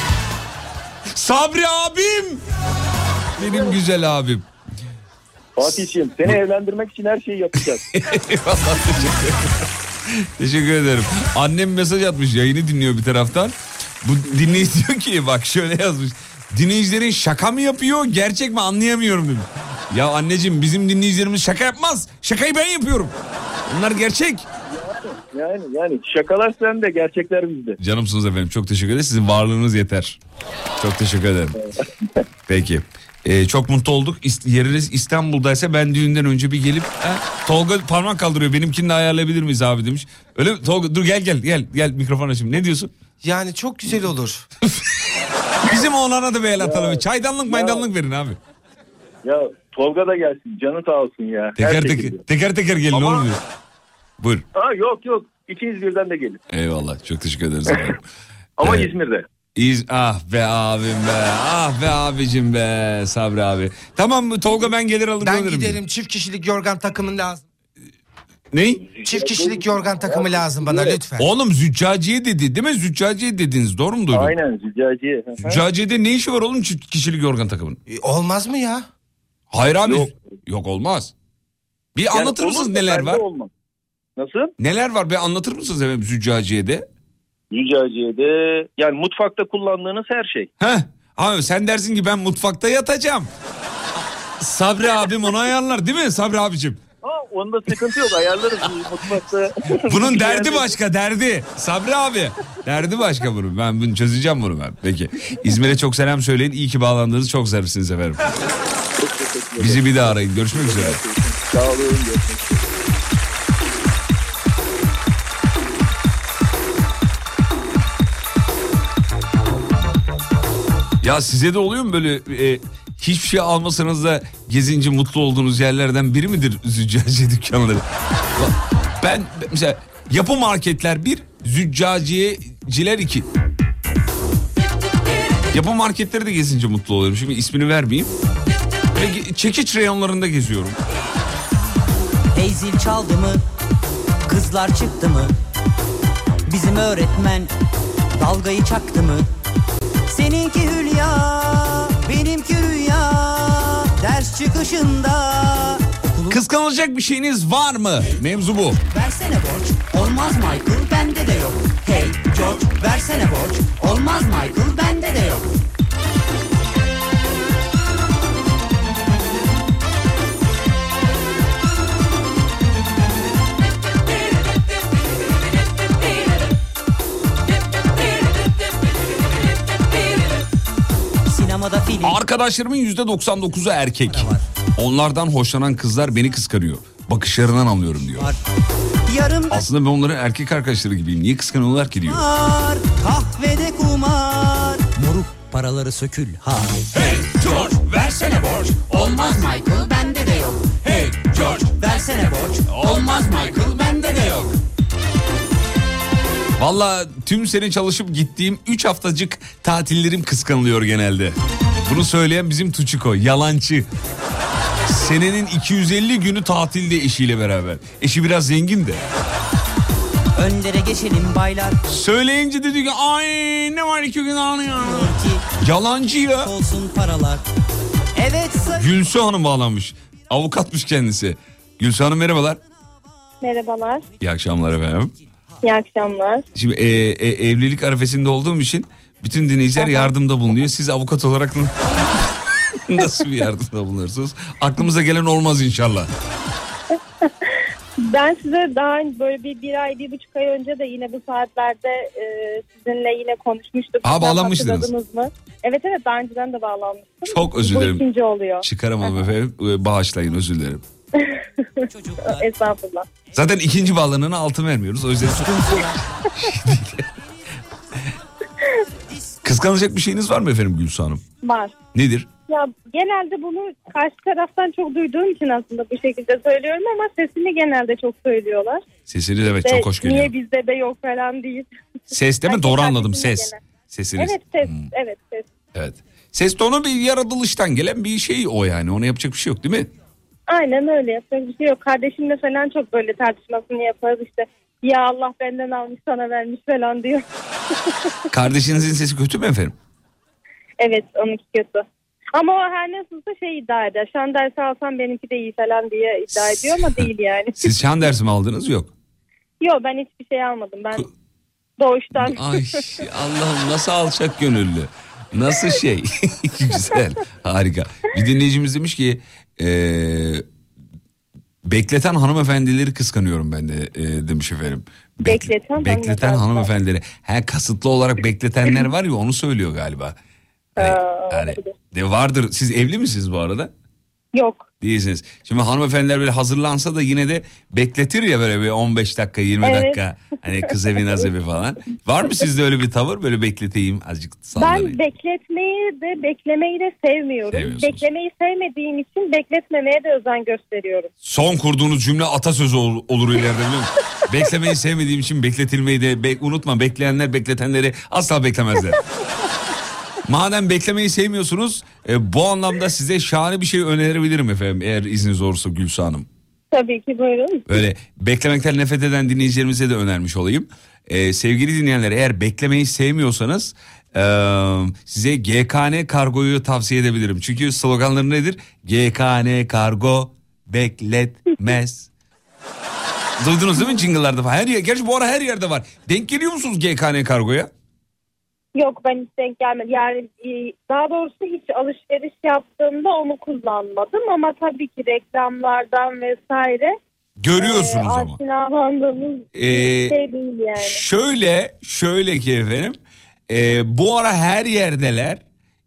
Sabri abim. Benim güzel abim. Fatih'ciğim seni evlendirmek için her şeyi yapacağız. Eyvallah, teşekkür ederim. Annem mesaj atmış, yayını dinliyor bir taraftan. Bu dinleyici diyor ki bak şöyle yazmış. Dinleyicilerin şaka mı yapıyor gerçek mi anlayamıyorum dedim. Ya anneciğim bizim dinleyicilerimiz şaka yapmaz. Şakayı ben yapıyorum. Bunlar gerçek. Yani şakalar sende, gerçekler bizde. Canımsınız efendim, çok teşekkür ederim. Sizin varlığınız yeter. Çok teşekkür ederim. Peki. Çok mutlu olduk. Yeriniz İstanbul'daysa ben düğünden önce bir gelip... Tolga parmak kaldırıyor. Benimkini de ayarlayabilir miyiz abi demiş. Öyle mi? Tolga dur gel mikrofon açayım. Ne diyorsun? Yani çok güzel olur. Bizim oğlana da bir el atalım. Çaydanlık maydanlık verin abi. Ya Tolga da gelsin. Canı sağ olsun ya. Teker teker gelin oğlum diyor. Buyur. Yok. İkiniz birden de gelin. Eyvallah. Çok teşekkür ederiz efendim. Ama İzmir'de. Ah be abim be. Ah be abicim be Sabri abi. Tamam Tolga ben gelir alır Ben dönerim. giderim, çift kişilik yorgan takımın lazım. Ney? Çift kişilik yorgan takımı lazım bana lütfen. Oğlum Züccaciye dedi değil mi? Züccaciye dediniz, doğru mu duydum? Aynen Züccaciye. Züccaciye'de ne işi var oğlum çift kişilik yorgan takımının? Olmaz mı ya? Hayır abi. Yok olmaz. Bir anlatır mısınız neler var? Olmaz. Nasıl? Neler var be, anlatır mısınız efendim Züccaciye'de? Züccaciye'de yani mutfakta kullandığınız her şey. Abi sen dersin ki ben mutfakta yatacağım. Sabri abim onu ayarlar değil mi Sabri abicim? Onda sıkıntı yok, ayarlarız mutfakta. Bunun derdi başka, derdi. Sabri abi. Derdi başka bunun. Ben bunu çözeceğim bunu ben. Peki. İzmir'e çok selam söyleyin. İyi ki bağlandığınız, çok zarifsiniz efendim. Bizi bir daha arayın. Görüşmek üzere. Sağ olun. Ya size de oluyor mu böyle hiçbir şey almasanız da gezince mutlu olduğunuz yerlerden biri midir züccaciye dükkanları? Ben mesela yapı marketler 1, züccaciyeciler 2. Yapı marketleri de gezince mutlu oluyorum. Şimdi ismini vermeyeyim. Ve çekiç reyonlarında geziyorum. Hey zil çaldı mı? Kızlar çıktı mı? Bizim öğretmen dalgayı çaktı mı? Seninki hülya, benimki rüya. Ders çıkışında Kıskanılacak bir şeyiniz var mı? Mevzu bu. Versene borç, olmaz Michael, bende de yok. Hey George, versene borç, olmaz Michael, bende de yok. Arkadaşlarımın %99'u erkek. Onlardan hoşlanan kızlar beni kıskanıyor. Bakışlarından anlıyorum diyor. Aslında ben onların erkek arkadaşları gibiyim. Niye kıskanıyorlar ki diyor. Kahvede kumar, moruk paraları sökül ha. Hey George, versene borç, olmaz Michael, bende de yok. Hey George, versene borç, olmaz Michael, bende de yok. Valla tüm sene çalışıp gittiğim 3 haftacık tatillerim kıskanılıyor genelde. Bunu söyleyen bizim Tuçiko, yalancı. Senenin 250 günü tatilde eşiyle beraber. Eşi biraz zengin de. Önlere geçelim baylar. Söyleyince dedi ki ay ne var 2 gün anlıyor. Yalancı ya. Olsun paralar. Evet. Gülsu Hanım bağlanmış. Avukatmış kendisi. Gülsu Hanım merhabalar. Merhabalar. İyi akşamlar efendim. İyi akşamlar. Şimdi evlilik arifesinde olduğum için bütün dinleyiciler yardımda bulunuyor. Siz avukat olarak nasıl bir yardımda bulunursunuz? Aklımıza gelen olmaz inşallah. Ben size daha böyle bir ay, 1,5 ay önce de yine bu saatlerde sizinle yine konuşmuştuk. Bağlanmıştınız. Mı? Evet daha önceden de bağlanmıştım. Çok özür dilerim. Bu ikinci oluyor. Çıkaramam efendim. Bağışlayın, özür dilerim. Estağfurullah. Zaten ikinci bağlanana altın vermiyoruz. O yüzden kıskanacak bir şeyiniz var mı efendim Gülsu Hanım? Var. Nedir? Ya genelde bunu karşı taraftan çok duyduğum için aslında bu şekilde söylüyorum ama sesini genelde çok söylüyorlar. Sesini de evet çok hoş geliyor. Niye bizde de yok falan değil. Ses değil mi? Doğru anladım, ses. Sesiniz. Evet ses. Evet ses. Evet. Ses tonu bir yaratılıştan gelen bir şey o yani. Ona yapacak bir şey yok değil mi? Aynen öyle, yapacak bir şey yok. Kardeşimle falan çok böyle tartışmasını yaparız işte. Ya Allah benden almış sana vermiş falan diyor. Kardeşinizin sesi kötü mü efendim? Evet, onunki kötü. Ama o her nasılsa şey iddia eder. Şan dersi alsam benimki de iyi falan diye iddia ediyor ama değil yani. Siz şan dersi mi aldınız? Yok. Yok, ben hiçbir şey almadım. Ben doğuştan. Ay Allah'ım nasıl alçak gönüllü. Nasıl şey. Güzel, harika. Bir dinleyicimiz demiş ki bekleten hanımefendileri kıskanıyorum ben de demiş efendim. Bekleten hanımefendileri. Kasıtlı olarak bekletenler var ya, onu söylüyor galiba. Yani de vardır. Siz evli misiniz bu arada? Yok. Değilsiniz. Şimdi hanımefendiler böyle hazırlansa da yine de bekletir ya, böyle bir 15 dakika 20 dakika. Hani kız evi naz evi falan. Var mı sizde öyle bir tavır, böyle bekleteyim azıcık sallanayım? Ben bekletmeyi de beklemeyi de sevmiyorum. Beklemeyi sevmediğim için bekletmemeye de özen gösteriyorum. Son kurduğunuz cümle atasözü olur ileride, biliyor musun? Beklemeyi sevmediğim için bekletilmeyi de unutma, bekleyenler bekletenleri asla beklemezler. Madem beklemeyi sevmiyorsunuz, bu anlamda size şahane bir şey önerebilirim efendim, eğer izniniz olursa Gülsü Hanım. Tabii ki, buyurun. Öyle beklemekten nefret eden dinleyicilerimize de önermiş olayım. Sevgili dinleyenler, eğer beklemeyi sevmiyorsanız size GKN Kargo'yu tavsiye edebilirim. Çünkü sloganları nedir? GKN Kargo bekletmez. Duydunuz değil mi jingle'larda falan? Gerçi bu ara her yerde var. Denk geliyor musunuz GKN Kargo'ya? Yok, ben hiç denk gelmedim. Yani daha doğrusu hiç alışveriş yaptığımda onu kullanmadım ama tabii ki reklamlardan vesaire görüyorsunuz ama. Aşinalandığımız şey değil yani. Şöyle ki efendim, bu ara her yerdeler.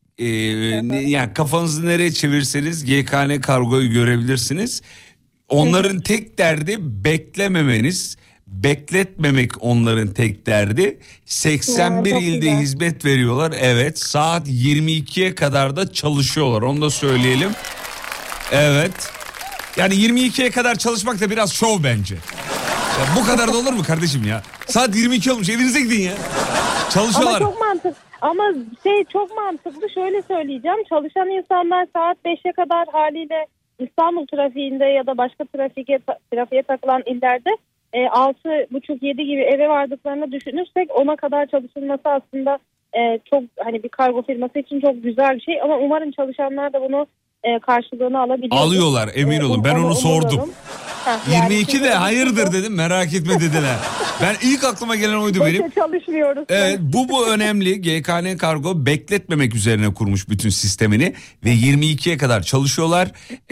Yani kafanızı nereye çevirseniz GKN Kargo'yu görebilirsiniz. Onların tek derdi beklememeniz. Bekletmemek onların tek derdi. 81 ilde hizmet veriyorlar. Evet, saat 22'ye kadar da çalışıyorlar. Onu da söyleyelim. Evet. Yani 22'ye kadar çalışmak da biraz şov bence. Ya bu kadar da olur mu kardeşim ya? Saat 22 olmuş, evinize gidin ya. Çalışıyorlar. Ama çok mantıklı. Ama çok mantıklı. Şöyle söyleyeceğim. Çalışan insanlar saat 5'e kadar haliyle İstanbul trafiğinde ya da başka trafiğe takılan illerde 6.30-7 gibi eve vardıklarını düşünürsek 10'a kadar çalışılması aslında çok, hani bir kargo firması için çok güzel bir şey, ama umarım çalışanlar da bunu karşılığını alabiliyor. Alıyorlar, emin olun. Ben onu sordum. 22'de yani hayırdır dedim, merak etme dediler. Ben ilk aklıma gelen oydu benim. Çalışmıyoruz. Evet, bu önemli. GKN Kargo bekletmemek üzerine kurmuş bütün sistemini ve 22'ye kadar çalışıyorlar.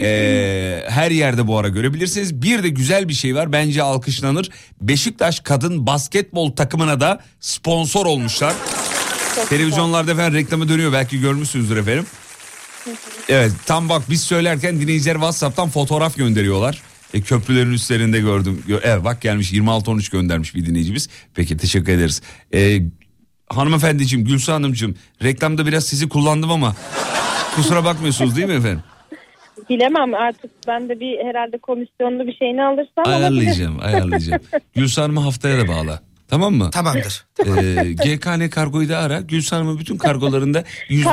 Her yerde bu ara görebilirsiniz. Bir de güzel bir şey var, bence alkışlanır. Beşiktaş kadın basketbol takımına da sponsor olmuşlar. Çok televizyonlarda efendim reklamı dönüyor, belki görmüşsünüzdür efendim. Evet, tam bak biz söylerken dinleyiciler WhatsApp'tan fotoğraf gönderiyorlar. Köprülerin üstlerinde gördüm. Evet bak, gelmiş 2613 göndermiş bir dinleyicimiz. Peki, teşekkür ederiz. Hanımefendiciğim, Gülsü Hanımcığım, reklamda biraz sizi kullandım ama kusura bakmıyorsunuz değil mi efendim? Bilemem artık, ben de bir herhalde komisyonlu bir şeyini alırsam. Ayarlayacağım. Gülsü Hanım'ı haftaya da bağla. Tamam mı? Tamamdır. GKN Kargo'yu da ara. Gülsü Hanım'ın bütün kargolarında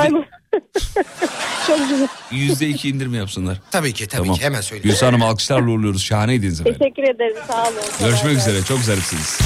%2 indirim yapsınlar. Tabii ki hemen söyleyeyim. Gülsü Hanım'ı alkışlarla uğurluyoruz. Şahaneydiniz efendim. Teşekkür ederim, sağ olun. Görüşmek üzere, çok zarifsiniz.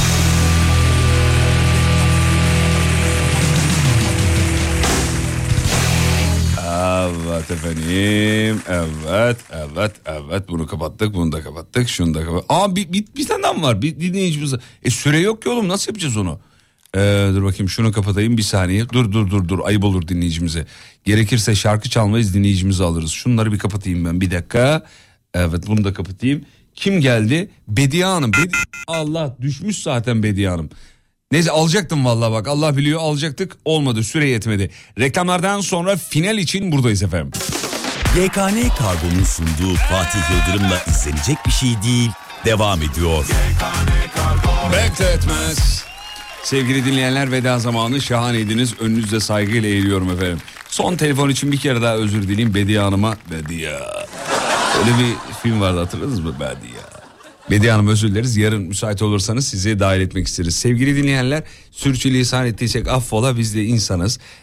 Evet efendim. Evet. Bunu kapattık, bunu da kapattık, şunu da kapattık. Bir tane daha mı var? Bir dinleyicimiz. Süre yok ki oğlum, nasıl yapacağız onu? Dur bakayım, şunu kapatayım bir saniye. Dur. Ayıp olur dinleyicimize. Gerekirse şarkı çalmayız, dinleyicimizi alırız. Şunları bir kapatayım ben, bir dakika. Evet, bunu da kapatayım. Kim geldi? Bediye Hanım. Allah, düşmüş zaten Bediye Hanım. Neyse, alacaktım vallahi, bak Allah biliyor, alacaktık, olmadı, süre yetmedi. Reklamlardan sonra final için buradayız efendim. GKN Kargo'nun sunduğu Fatih Yıldırım'la izlenecek bir şey değil devam ediyor. Bekletmez. Sevgili dinleyenler, veda zamanı, şahaneydiniz, önünüzde saygıyla eğiliyorum efendim. Son telefon için bir kere daha özür dileyim Bediye Hanım'a. Bediye. Öyle bir film vardı, hatırladınız mı? Bediye Hanım, özür dileriz. Yarın müsait olursanız sizi dahil etmek isteriz. Sevgili dinleyenler, sürçülisan ettiysek affola, biz de insanız.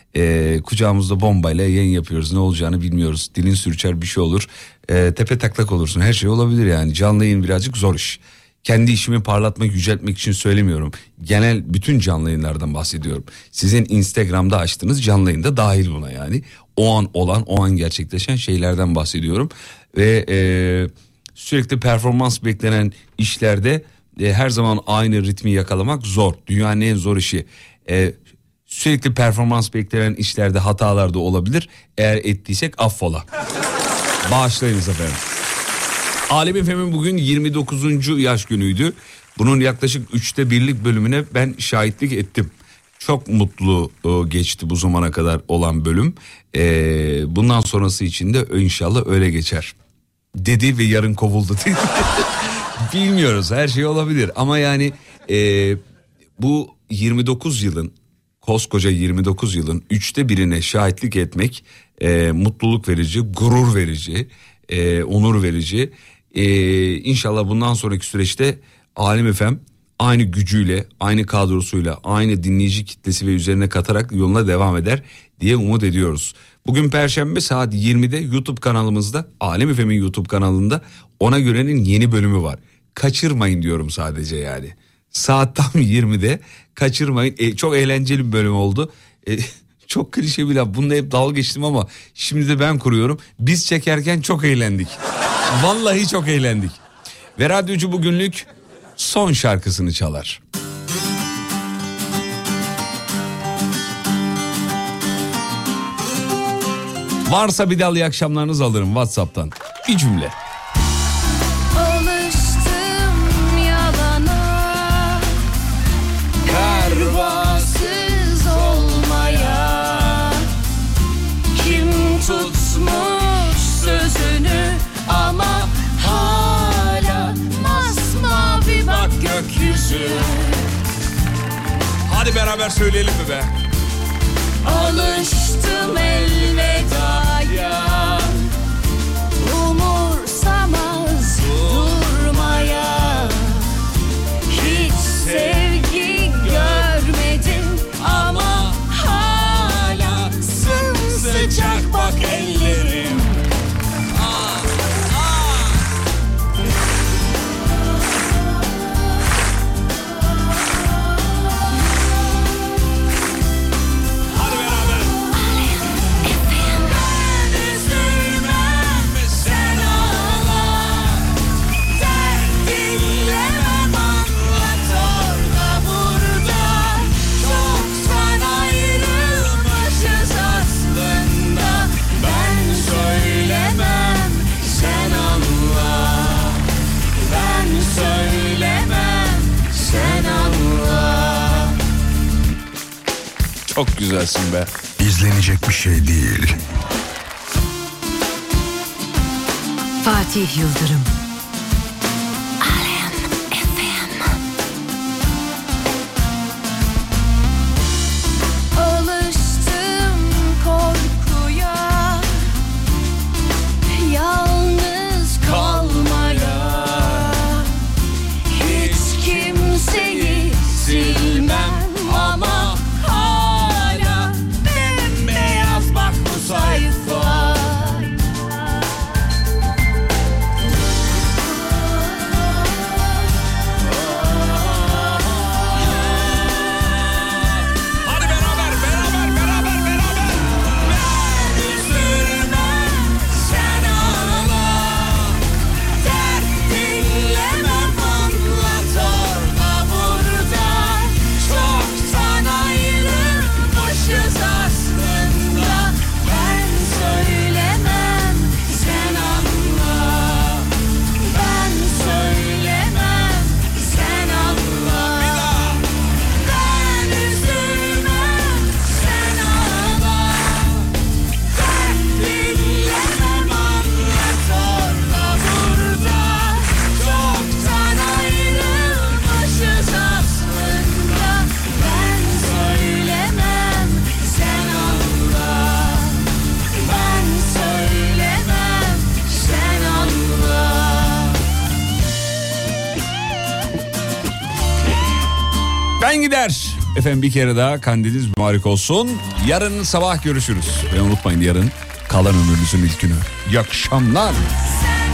Kucağımızda bombayla yayın yapıyoruz. Ne olacağını bilmiyoruz. Dilin sürçer, bir şey olur. Tepe taklak olursun. Her şey olabilir yani. Canlı yayın birazcık zor iş. Kendi işimi parlatmak, yüceltmek için söylemiyorum. Genel bütün canlı yayınlardan bahsediyorum. Sizin Instagram'da açtığınız canlı yayında dahil buna yani. O an olan, o an gerçekleşen şeylerden bahsediyorum. Ve sürekli performans beklenen işlerde her zaman aynı ritmi yakalamak zor. Dünyanın en zor işi. Sürekli performans beklenen işlerde hatalar da olabilir. Eğer ettiysek affola. Bağışlayınız efendim. Alem FM'in bugün 29. yaş günüydü. Bunun yaklaşık 1/3 bölümüne ben şahitlik ettim. Çok mutlu geçti bu zamana kadar olan bölüm. Bundan sonrası için de inşallah öyle geçer. Dedi ve yarın kovuldu. Bilmiyoruz, her şey olabilir. Ama yani bu 29 yılın, koskoca 29 yılın 1/3'ine şahitlik etmek mutluluk verici, gurur verici, onur verici. İnşallah bundan sonraki süreçte Alem FM aynı gücüyle, aynı kadrosuyla, aynı dinleyici kitlesi ve üzerine katarak yoluna devam eder diye umut ediyoruz. Bugün Perşembe saat 20'de YouTube kanalımızda, Alem FM'in YouTube kanalında Ona Göre'nin yeni bölümü var. Kaçırmayın diyorum sadece yani. Saat tam 20'de kaçırmayın. Çok eğlenceli bir bölüm oldu. Çok klişe bir laf. Bununla hep dalga geçtim ama şimdi de ben kuruyorum. Biz çekerken çok eğlendik. Vallahi çok eğlendik. Ve radyocu bugünlük son şarkısını çalar. Varsa bir dal iyi akşamlarınızı alırım WhatsApp'tan. Bir cümle. Alıştım yalana, pervasız olmaya. Kim tutmuş sözünü ama hala masmavi bak gökyüzü. Hadi beraber söyleyelim mi be? Alıştım elvedaya, umursamaz durmaya. Hiç sevgi görmedim ama hala sımsıcak bak ellerim. Çok güzelsin be. İzlenecek bir şey değil. Fatih Yıldırım. Alıştım korkuya, yalnız kalmaya. Hiç kimseyi silmem ama hala bembeyaz bak bu sayfa. Ben gider. Efendim bir kere daha kandiliniz mübarek olsun. Yarın sabah görüşürüz. Ve unutmayın yarın kalan ömrünüzün ilk günü. İyi akşamlar.